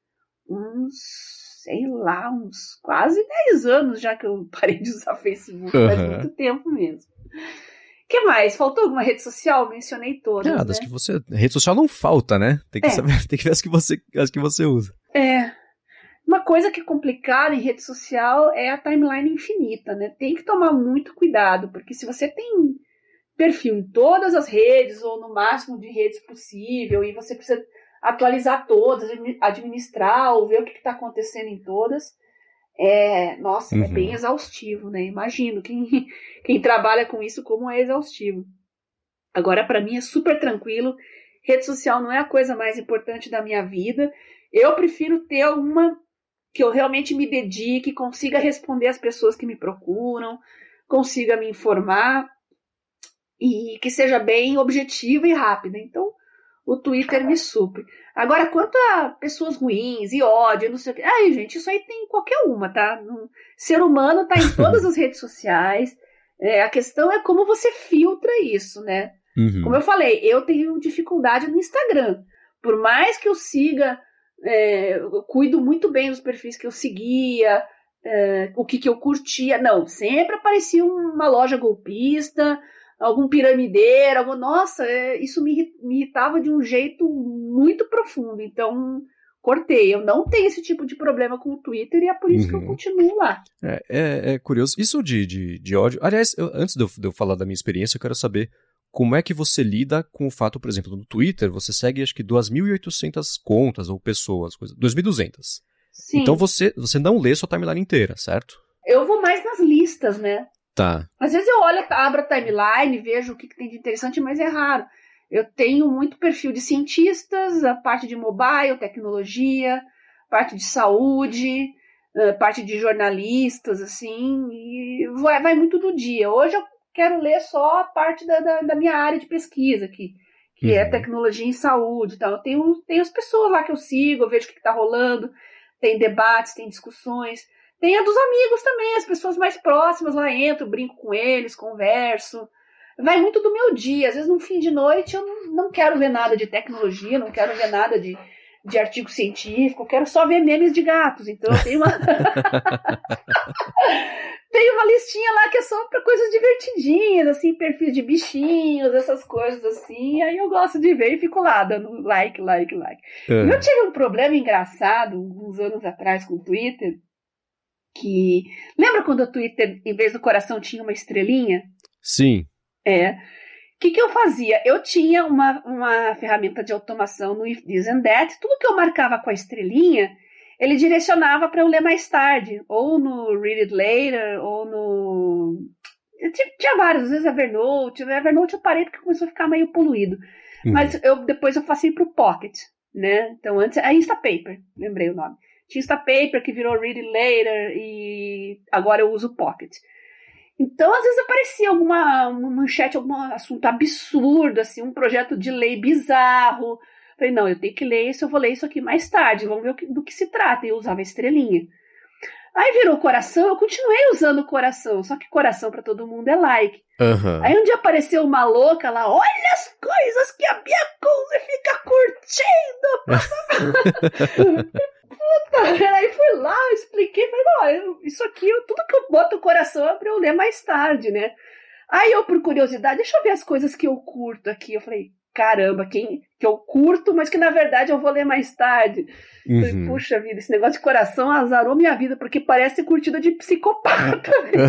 Uns quase 10 anos já que eu parei de usar Facebook. Faz muito tempo mesmo. O que mais? Faltou alguma rede social? Mencionei todas, das que rede social não falta, né? Tem que saber, tem que ver as que você usa. Uma coisa que é complicada em rede social é a timeline infinita, né? Tem que tomar muito cuidado, porque se você tem perfil em todas as redes, ou no máximo de redes possível, e você precisa atualizar todas, administrar, ou ver o que está acontecendo em todas, é bem exaustivo, né? Imagino quem trabalha com isso, como é exaustivo. Agora, para mim, é super tranquilo. Rede social não é a coisa mais importante da minha vida. Eu prefiro ter uma que eu realmente me dedique, consiga responder às pessoas que me procuram, consiga me informar e que seja bem objetiva e rápida. Então, o Twitter me supre. Agora, quanto a pessoas ruins e ódio, não sei o que... gente, isso aí tem qualquer uma, tá? Ser humano tá em todas as redes sociais. A questão é como você filtra isso, né? Como eu falei, eu tenho dificuldade no Instagram. Por mais que eu siga... eu cuido muito bem dos perfis que eu seguia, o que eu curtia. Não, sempre aparecia uma loja golpista, algum piramideiro, nossa, isso me irritava de um jeito muito profundo. Então, cortei. Eu não tenho esse tipo de problema com o Twitter e é por isso que eu continuo lá. É curioso. Isso de ódio... Aliás, antes de eu falar da minha experiência, eu quero saber como é que você lida com o fato, por exemplo, no Twitter, você segue acho que 2.800 contas ou pessoas, 2.200. Sim. Então você não lê sua timeline inteira, certo? Eu vou mais nas listas, né? Tá. Às vezes eu abro a timeline, vejo o que tem de interessante, mas é raro. Eu tenho muito perfil de cientistas, a parte de mobile, tecnologia, parte de saúde, parte de jornalistas, assim, e vai muito do dia. Hoje eu quero ler só a parte da minha área de pesquisa, que é tecnologia em saúde. Então, eu tenho as pessoas lá que eu sigo, eu vejo o que está rolando, tem debates, tem discussões. Tem a dos amigos também, as pessoas mais próximas lá entro, brinco com eles, converso. Vai muito do meu dia. Às vezes, no fim de noite, eu não quero ver nada de tecnologia, não quero ver nada de artigo científico, eu quero só ver memes de gatos. Então, eu tenho uma... tem uma listinha lá que é só para coisas divertidinhas, assim, perfis de bichinhos, essas coisas assim. Aí eu gosto de ver e fico lá, dando like. E eu tive um problema engraçado, uns anos atrás, com o Twitter, que... Lembra quando o Twitter, em vez do coração, tinha uma estrelinha? Sim. O que eu fazia? Eu tinha uma ferramenta de automação no If This and That. Tudo que eu marcava com a estrelinha, ele direcionava para eu ler mais tarde, ou no Read It Later, ou no... Tinha vários, às vezes Evernote. Evernote eu parei porque começou a ficar meio poluído. Mas depois eu passei para o Pocket, né? Então antes... A Instapaper, lembrei o nome. Tinha Instapaper que virou Read It Later e agora eu uso o Pocket. Então, às vezes aparecia uma manchete, algum assunto absurdo, assim, um projeto de lei bizarro. Falei, não, eu tenho que ler isso, eu vou ler isso aqui mais tarde, vamos ver do que se trata. E eu usava a estrelinha. Aí virou coração, eu continuei usando o coração, só que coração pra todo mundo é like. Aí um dia apareceu uma louca lá, olha as coisas que a Bia Cousa fica curtindo. Aí fui lá, expliquei, falei, não, isso aqui, tudo que eu boto o coração é pra eu ler mais tarde, né? Aí eu, por curiosidade, deixa eu ver as coisas que eu curto aqui. Eu falei, caramba, que eu curto, mas que na verdade eu vou ler mais tarde. Falei, puxa vida, esse negócio de coração azarou minha vida, porque parece curtida de psicopata.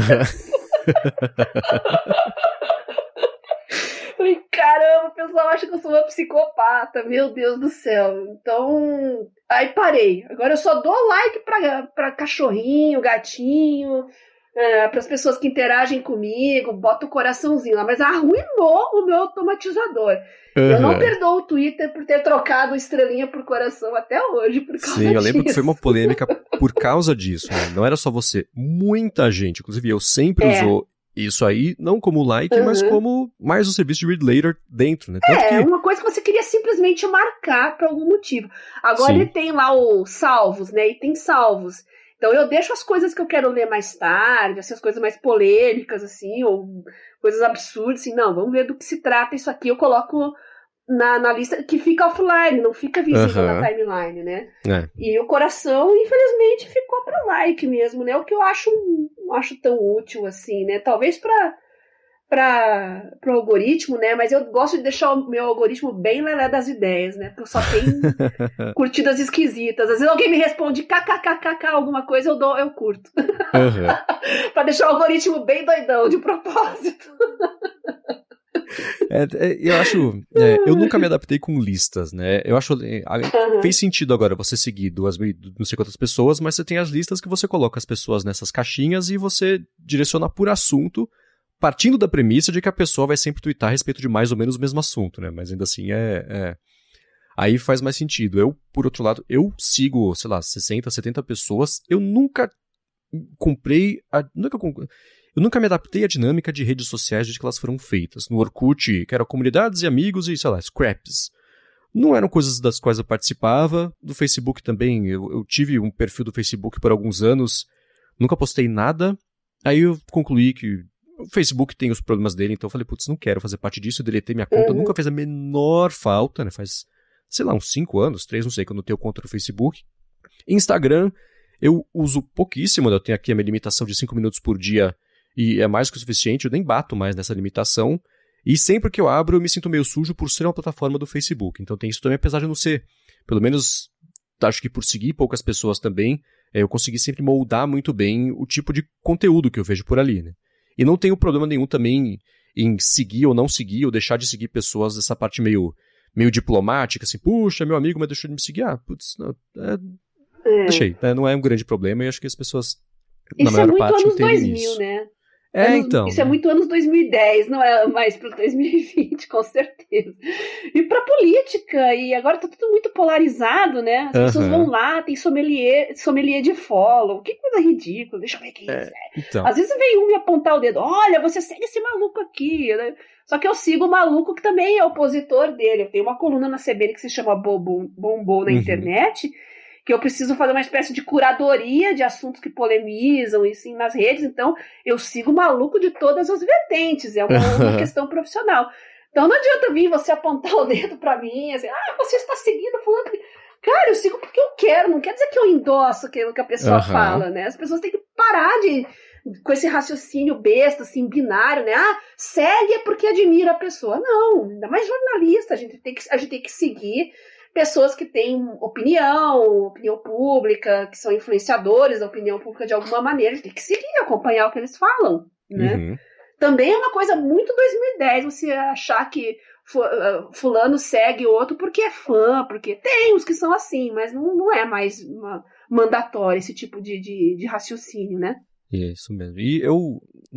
Falei, caramba, o pessoal acha que eu sou uma psicopata, meu Deus do céu. Então, aí parei. Agora eu só dou like pra cachorrinho, gatinho, para as pessoas que interagem comigo, boto o coraçãozinho lá, mas arruinou o meu automatizador. Eu não perdoo o Twitter por ter trocado estrelinha por coração até hoje, por causa disso. Sim, eu lembro que foi uma polêmica por causa disso, né? Não era só você, muita gente, inclusive eu sempre usou isso aí, não como like, mas como mais um serviço de read later dentro, né? Tanto uma coisa que você queria simplesmente marcar por algum motivo. Agora ele tem lá os salvos, né? E tem salvos. Então eu deixo as coisas que eu quero ler mais tarde, assim, as coisas mais polêmicas, assim, ou coisas absurdas, assim, não, vamos ver do que se trata isso aqui, eu coloco na lista que fica offline, não fica visível na timeline, né? E o coração, infelizmente, ficou para like mesmo, né? O que eu não acho tão útil assim, né? Talvez para o algoritmo, né? Mas eu gosto de deixar o meu algoritmo bem lelé das ideias, né? Porque eu só tenho curtidas esquisitas. Às vezes alguém me responde kkkk alguma coisa, eu curto. Para deixar o algoritmo bem doidão, de propósito. Eu acho... eu nunca me adaptei com listas, né? Eu acho... Fez sentido agora você seguir 2.000, não sei quantas pessoas, mas você tem as listas que você coloca as pessoas nessas caixinhas e você direciona por assunto, partindo da premissa de que a pessoa vai sempre twittar a respeito de mais ou menos o mesmo assunto, né? Mas ainda assim aí faz mais sentido. Eu, por outro lado, eu sigo, sei lá, 60, 70 pessoas. Eu nunca eu nunca me adaptei à dinâmica de redes sociais de que elas foram feitas. No Orkut, que eram comunidades e amigos e, sei lá, scraps. Não eram coisas das quais eu participava. Do Facebook também, eu tive um perfil do Facebook por alguns anos. Nunca postei nada. Aí eu concluí que o Facebook tem os problemas dele, então eu falei, putz, não quero fazer parte disso. Eu deletei minha conta, nunca fez a menor falta, né? Faz, sei lá, uns 5 anos, 3, não sei, que eu não tenho conta no Facebook. Instagram, eu uso pouquíssimo, eu tenho aqui a minha limitação de 5 minutos por dia e é mais que o suficiente, eu nem bato mais nessa limitação. E sempre que eu abro, eu me sinto meio sujo por ser uma plataforma do Facebook. Então tem isso também, apesar de não ser, pelo menos, acho que por seguir poucas pessoas também, eu consegui sempre moldar muito bem o tipo de conteúdo que eu vejo por ali, né? E não tenho problema nenhum também em seguir ou não seguir, ou deixar de seguir pessoas dessa parte meio diplomática, assim, puxa, meu amigo, mas deixou de me seguir. Putz, não, deixei. Não é um grande problema e acho que as pessoas, na maior parte, entendem isso. Isso é muito anos 2000, né? Então. Isso é muito anos 2010, não é mais para 2020, com certeza. E para política, e agora tá tudo muito polarizado, né? As pessoas vão lá, tem sommelier de follow. Que coisa ridícula, deixa eu ver quem é. Então. Às vezes vem me apontar o dedo, olha, você segue esse maluco aqui, né? Só que eu sigo o maluco que também é opositor dele. Eu tenho uma coluna na CBN que se chama Bombom na internet, que eu preciso fazer uma espécie de curadoria de assuntos que polemizam assim, nas redes, então eu sigo o maluco de todas as vertentes, é uma questão profissional. Então não adianta vir você apontar o dedo pra mim, assim, você está seguindo fulano. Cara, eu sigo porque eu quero, não quer dizer que eu endosso aquilo que a pessoa fala, né? As pessoas têm que parar com esse raciocínio besta, assim, binário, né? Segue é porque admira a pessoa. Não, ainda mais jornalista, a gente tem que seguir pessoas que têm opinião pública, que são influenciadores da opinião pública de alguma maneira, a gente tem que seguir, acompanhar o que eles falam, né? Também é uma coisa muito 2010, você achar que fulano segue outro porque é fã, porque tem uns que são assim, mas não é mais mandatório esse tipo de raciocínio, né? É isso mesmo. E eu,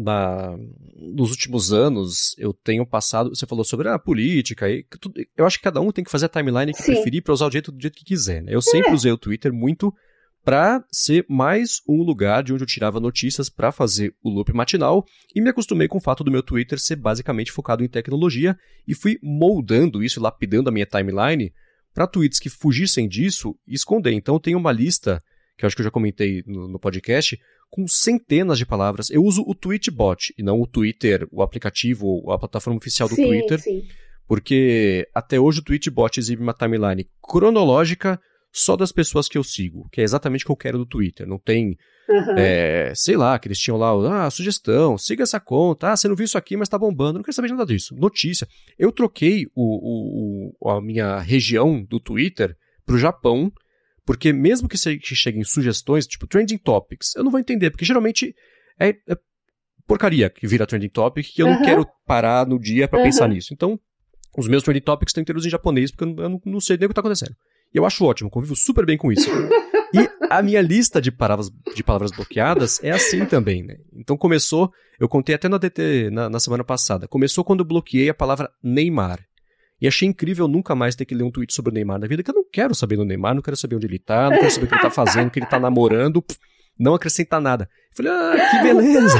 nos últimos anos, eu tenho passado... Você falou sobre a política. Eu acho que cada um tem que fazer a timeline que preferir para usar do jeito que quiser, né? Eu sempre usei o Twitter muito para ser mais um lugar de onde eu tirava notícias para fazer o loop matinal e me acostumei com o fato do meu Twitter ser basicamente focado em tecnologia e fui moldando isso, lapidando a minha timeline para tweets que fugissem disso e esconder. Então eu tenho uma lista, que eu acho que eu já comentei no podcast, com centenas de palavras. Eu uso o Tweetbot e não o Twitter, o aplicativo ou a plataforma oficial do Twitter, porque até hoje o Tweetbot exibe uma timeline cronológica só das pessoas que eu sigo, que é exatamente o que eu quero do Twitter. Não tem, sei lá, que eles tinham lá, sugestão, siga essa conta, você não viu isso aqui, mas tá bombando. Não quero saber de nada disso. Notícia. Eu troquei a minha região do Twitter pro Japão, porque mesmo que cheguem sugestões, tipo Trending Topics, eu não vou entender, porque geralmente é porcaria que vira Trending Topic, que eu não quero parar no dia pra pensar nisso. Então, os meus Trending Topics estão inteiros em japonês, porque eu não sei nem o que tá acontecendo. E eu acho ótimo, convivo super bem com isso. E a minha lista de palavras bloqueadas é assim também, né? Então começou, eu contei até na DT na semana passada, começou quando eu bloqueei a palavra Neymar. E achei incrível nunca mais ter que ler um tweet sobre o Neymar na vida, que eu não quero saber do Neymar, não quero saber onde ele tá, não quero saber o que ele tá fazendo, o que ele tá namorando, não acrescenta nada. Eu falei, que beleza!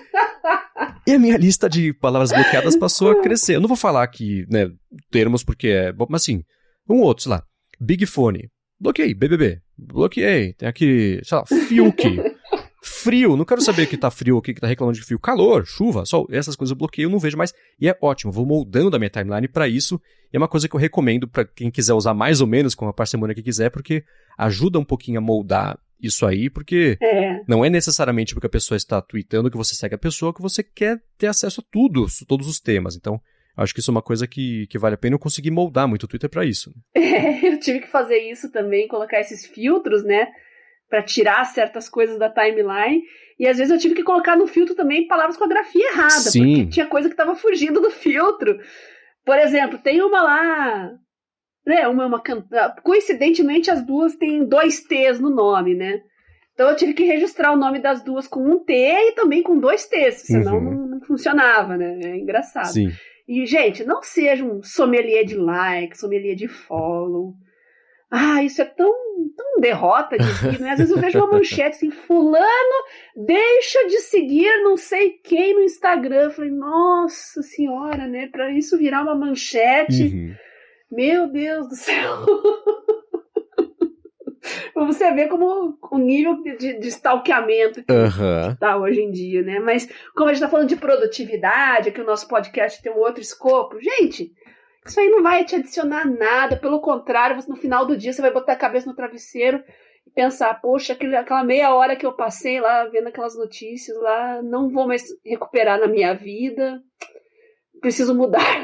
E a minha lista de palavras bloqueadas passou a crescer. Eu não vou falar aqui, né, termos, porque é... Mas assim, um outro, sei lá, Big Fone, bloqueei, BBB, bloqueei, tem aqui, sei lá, Fiuk, frio, não quero saber que tá frio, o que tá reclamando de frio, calor, chuva, sol, essas coisas eu bloqueio, eu não vejo mais, e é ótimo, vou moldando a minha timeline pra isso, e é uma coisa que eu recomendo pra quem quiser usar mais ou menos, com a parcimônia que quiser, porque ajuda um pouquinho a moldar isso aí, porque não é necessariamente porque a pessoa está tweetando que você segue a pessoa, que você quer ter acesso a tudo, todos os temas, então... Acho que isso é uma coisa que vale a pena eu conseguir moldar muito o Twitter pra isso. Eu tive que fazer isso também, colocar esses filtros, né? Pra tirar certas coisas da timeline. E às vezes eu tive que colocar no filtro também palavras com a grafia errada. Sim. Porque tinha coisa que tava fugindo do filtro. Por exemplo, tem uma lá... Né, coincidentemente as duas têm 2 T's no nome, né? Então eu tive que registrar o nome das duas com 1 T e também com 2 T's. Senão não funcionava, né? É engraçado. Sim. E, gente, não seja um sommelier de like, sommelier de follow. Isso é tão derrota de vida, né? Às vezes eu vejo uma manchete assim, fulano deixa de seguir não sei quem no Instagram. Eu falei, nossa senhora, né? Pra isso virar uma manchete, meu Deus do céu. Pra você ver como o nível de stalkeamento que tá hoje em dia, né? Mas como a gente tá falando de produtividade, que o nosso podcast tem um outro escopo, gente, isso aí não vai te adicionar nada, pelo contrário, no final do dia você vai botar a cabeça no travesseiro e pensar, poxa, aquela meia hora que eu passei lá vendo aquelas notícias lá, não vou mais recuperar na minha vida, preciso mudar.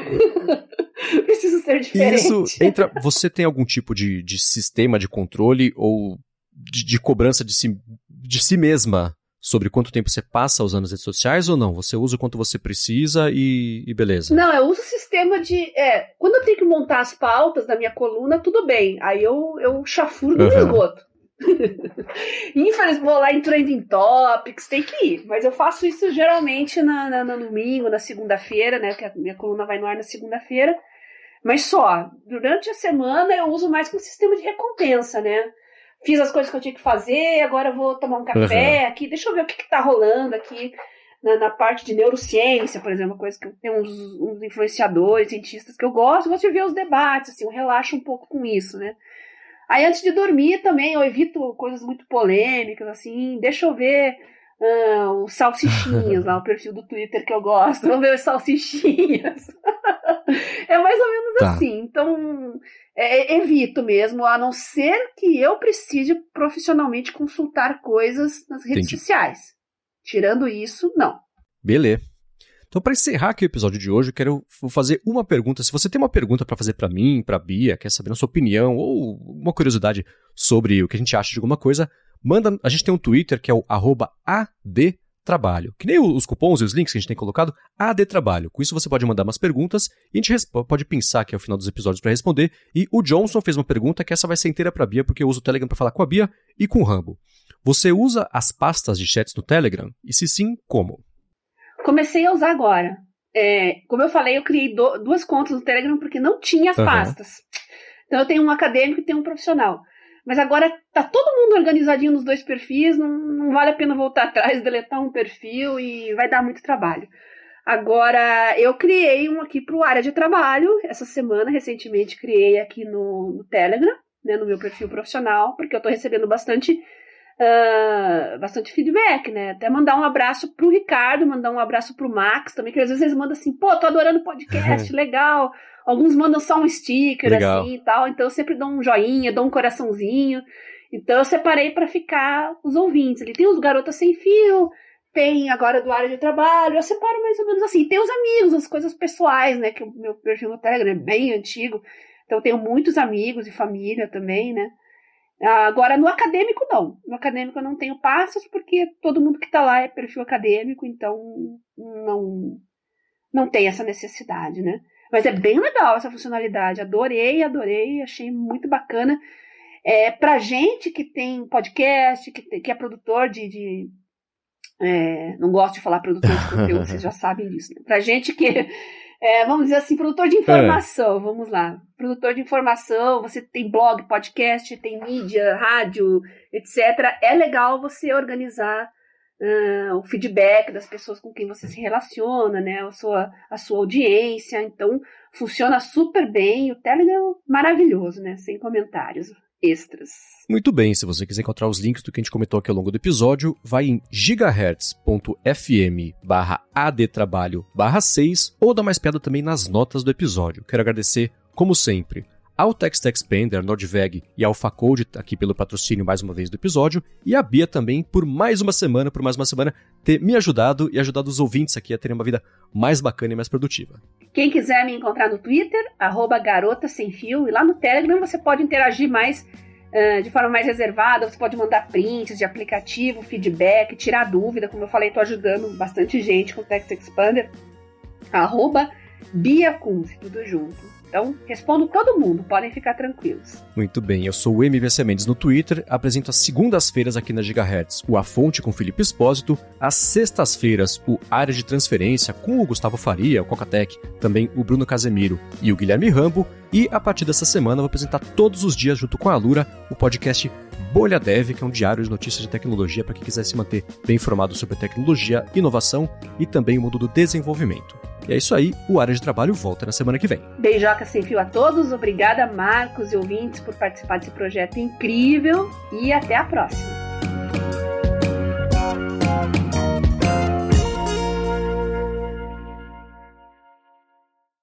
Preciso ser diferente. Isso entra. Você tem algum tipo de sistema de controle ou de cobrança de si mesma sobre quanto tempo você passa usando as redes sociais ou não? Você usa o quanto você precisa e beleza? Não, eu uso o sistema de... quando eu tenho que montar as pautas da minha coluna, tudo bem. Aí eu chafuro no esgoto. Infelizmente, vou lá em Trending Topics, tem que ir. Mas eu faço isso geralmente no domingo, na segunda-feira, né? Que a minha coluna vai no ar na segunda-feira. Mas só, durante a semana eu uso mais como sistema de recompensa, né? Fiz as coisas que eu tinha que fazer, agora eu vou tomar um café aqui, deixa eu ver o que tá rolando aqui na parte de neurociência, por exemplo, uma coisa que tem uns influenciadores, cientistas que eu gosto de ver os debates, assim, eu relaxo um pouco com isso, né? Aí antes de dormir também eu evito coisas muito polêmicas, assim, deixa eu ver os salsichinhas lá, o perfil do Twitter que eu gosto, vou ver os salsichinhas. É mais ou menos assim, então evito mesmo, a não ser que eu precise profissionalmente consultar coisas nas redes sociais. Tirando isso, não. Beleza. Então, para encerrar aqui o episódio de hoje, eu vou fazer uma pergunta. Se você tem uma pergunta para fazer para mim, para Bia, quer saber a sua opinião ou uma curiosidade sobre o que a gente acha de alguma coisa, manda. A gente tem um Twitter que é o @adtrabalho. Que nem os cupons e os links que a gente tem colocado, ADTrabalho. Com isso você pode mandar umas perguntas e a gente pode pensar aqui ao final dos episódios para responder. E o Johnson fez uma pergunta que essa vai ser inteira para Bia, porque eu uso o Telegram para falar com a Bia e com o Rambo. Você usa as pastas de chats no Telegram? E se sim, como? Comecei a usar agora. Como eu falei, eu criei 2 contas no Telegram porque não tinha as pastas. Então eu tenho um acadêmico e tenho um profissional. Mas agora tá todo mundo organizadinho nos 2 perfis, não vale a pena voltar atrás, deletar um perfil e vai dar muito trabalho. Agora, eu criei um aqui pro área de trabalho, essa semana, recentemente, criei aqui no Telegram, né, no meu perfil profissional, porque eu tô recebendo bastante bastante feedback, né? Até mandar um abraço pro Ricardo, mandar um abraço pro Max também, que às vezes eles mandam assim, pô, tô adorando o podcast, legal. Alguns mandam só um sticker, legal. assim, e tal. Então eu sempre dou um joinha, dou um coraçãozinho. Então eu separei pra ficar os ouvintes. Ali tem os Garotas Sem Fio, tem agora do Área de Trabalho, eu separo mais ou menos assim. Tem os amigos, as coisas pessoais, né? Que o meu perfil no Telegram é bem antigo. Então eu tenho muitos amigos e família também, né? Agora, no acadêmico, não. No acadêmico eu não tenho passos, porque todo mundo que tá lá é perfil acadêmico, então não tem essa necessidade, né? Mas é bem legal essa funcionalidade. Adorei, achei muito bacana. Pra gente que tem podcast, que é produtor não gosto de falar produtor de conteúdo, vocês já sabem disso, né? Pra gente que vamos dizer assim, produtor de informação, vamos lá. Produtor de informação, você tem blog, podcast, tem mídia, rádio, etc. É legal você organizar o feedback das pessoas com quem você se relaciona, né? A sua audiência. Então, funciona super bem. O Telegram é maravilhoso, né? Sem comentários extras. Muito bem, se você quiser encontrar os links do que a gente comentou aqui ao longo do episódio, vai em gigahertz.fm/adtrabalho/6 ou dá mais piada também nas notas do episódio. Quero agradecer, como sempre, ao Text Expander, Nordveg e ao Facode aqui pelo patrocínio mais uma vez do episódio, e a Bia também por mais uma semana ter me ajudado e ajudado os ouvintes aqui a terem uma vida mais bacana e mais produtiva. Quem quiser me encontrar no Twitter, @garotasemfio, e lá no Telegram você pode interagir mais de forma mais reservada, você pode mandar prints de aplicativo, feedback, tirar dúvida, como eu falei, estou ajudando bastante gente com o Text Expander, @BiaCunze, tudo junto. Então, respondo todo mundo, podem ficar tranquilos. Muito bem, eu sou o MVC Mendes no Twitter, apresento às segundas-feiras aqui na Gigahertz o A Fonte com Felipe Espósito, às sextas-feiras o Área de Transferência com o Gustavo Faria, o Cocatec, também o Bruno Casemiro e o Guilherme Rambo, e a partir dessa semana eu vou apresentar todos os dias junto com a Alura o podcast Bolha Dev, que é um diário de notícias de tecnologia para quem quiser se manter bem informado sobre tecnologia, inovação e também o mundo do desenvolvimento. E é isso aí, o Área de Trabalho volta na semana que vem. Beijoca sem fio a todos, obrigada Marcos e ouvintes por participar desse projeto incrível e até a próxima.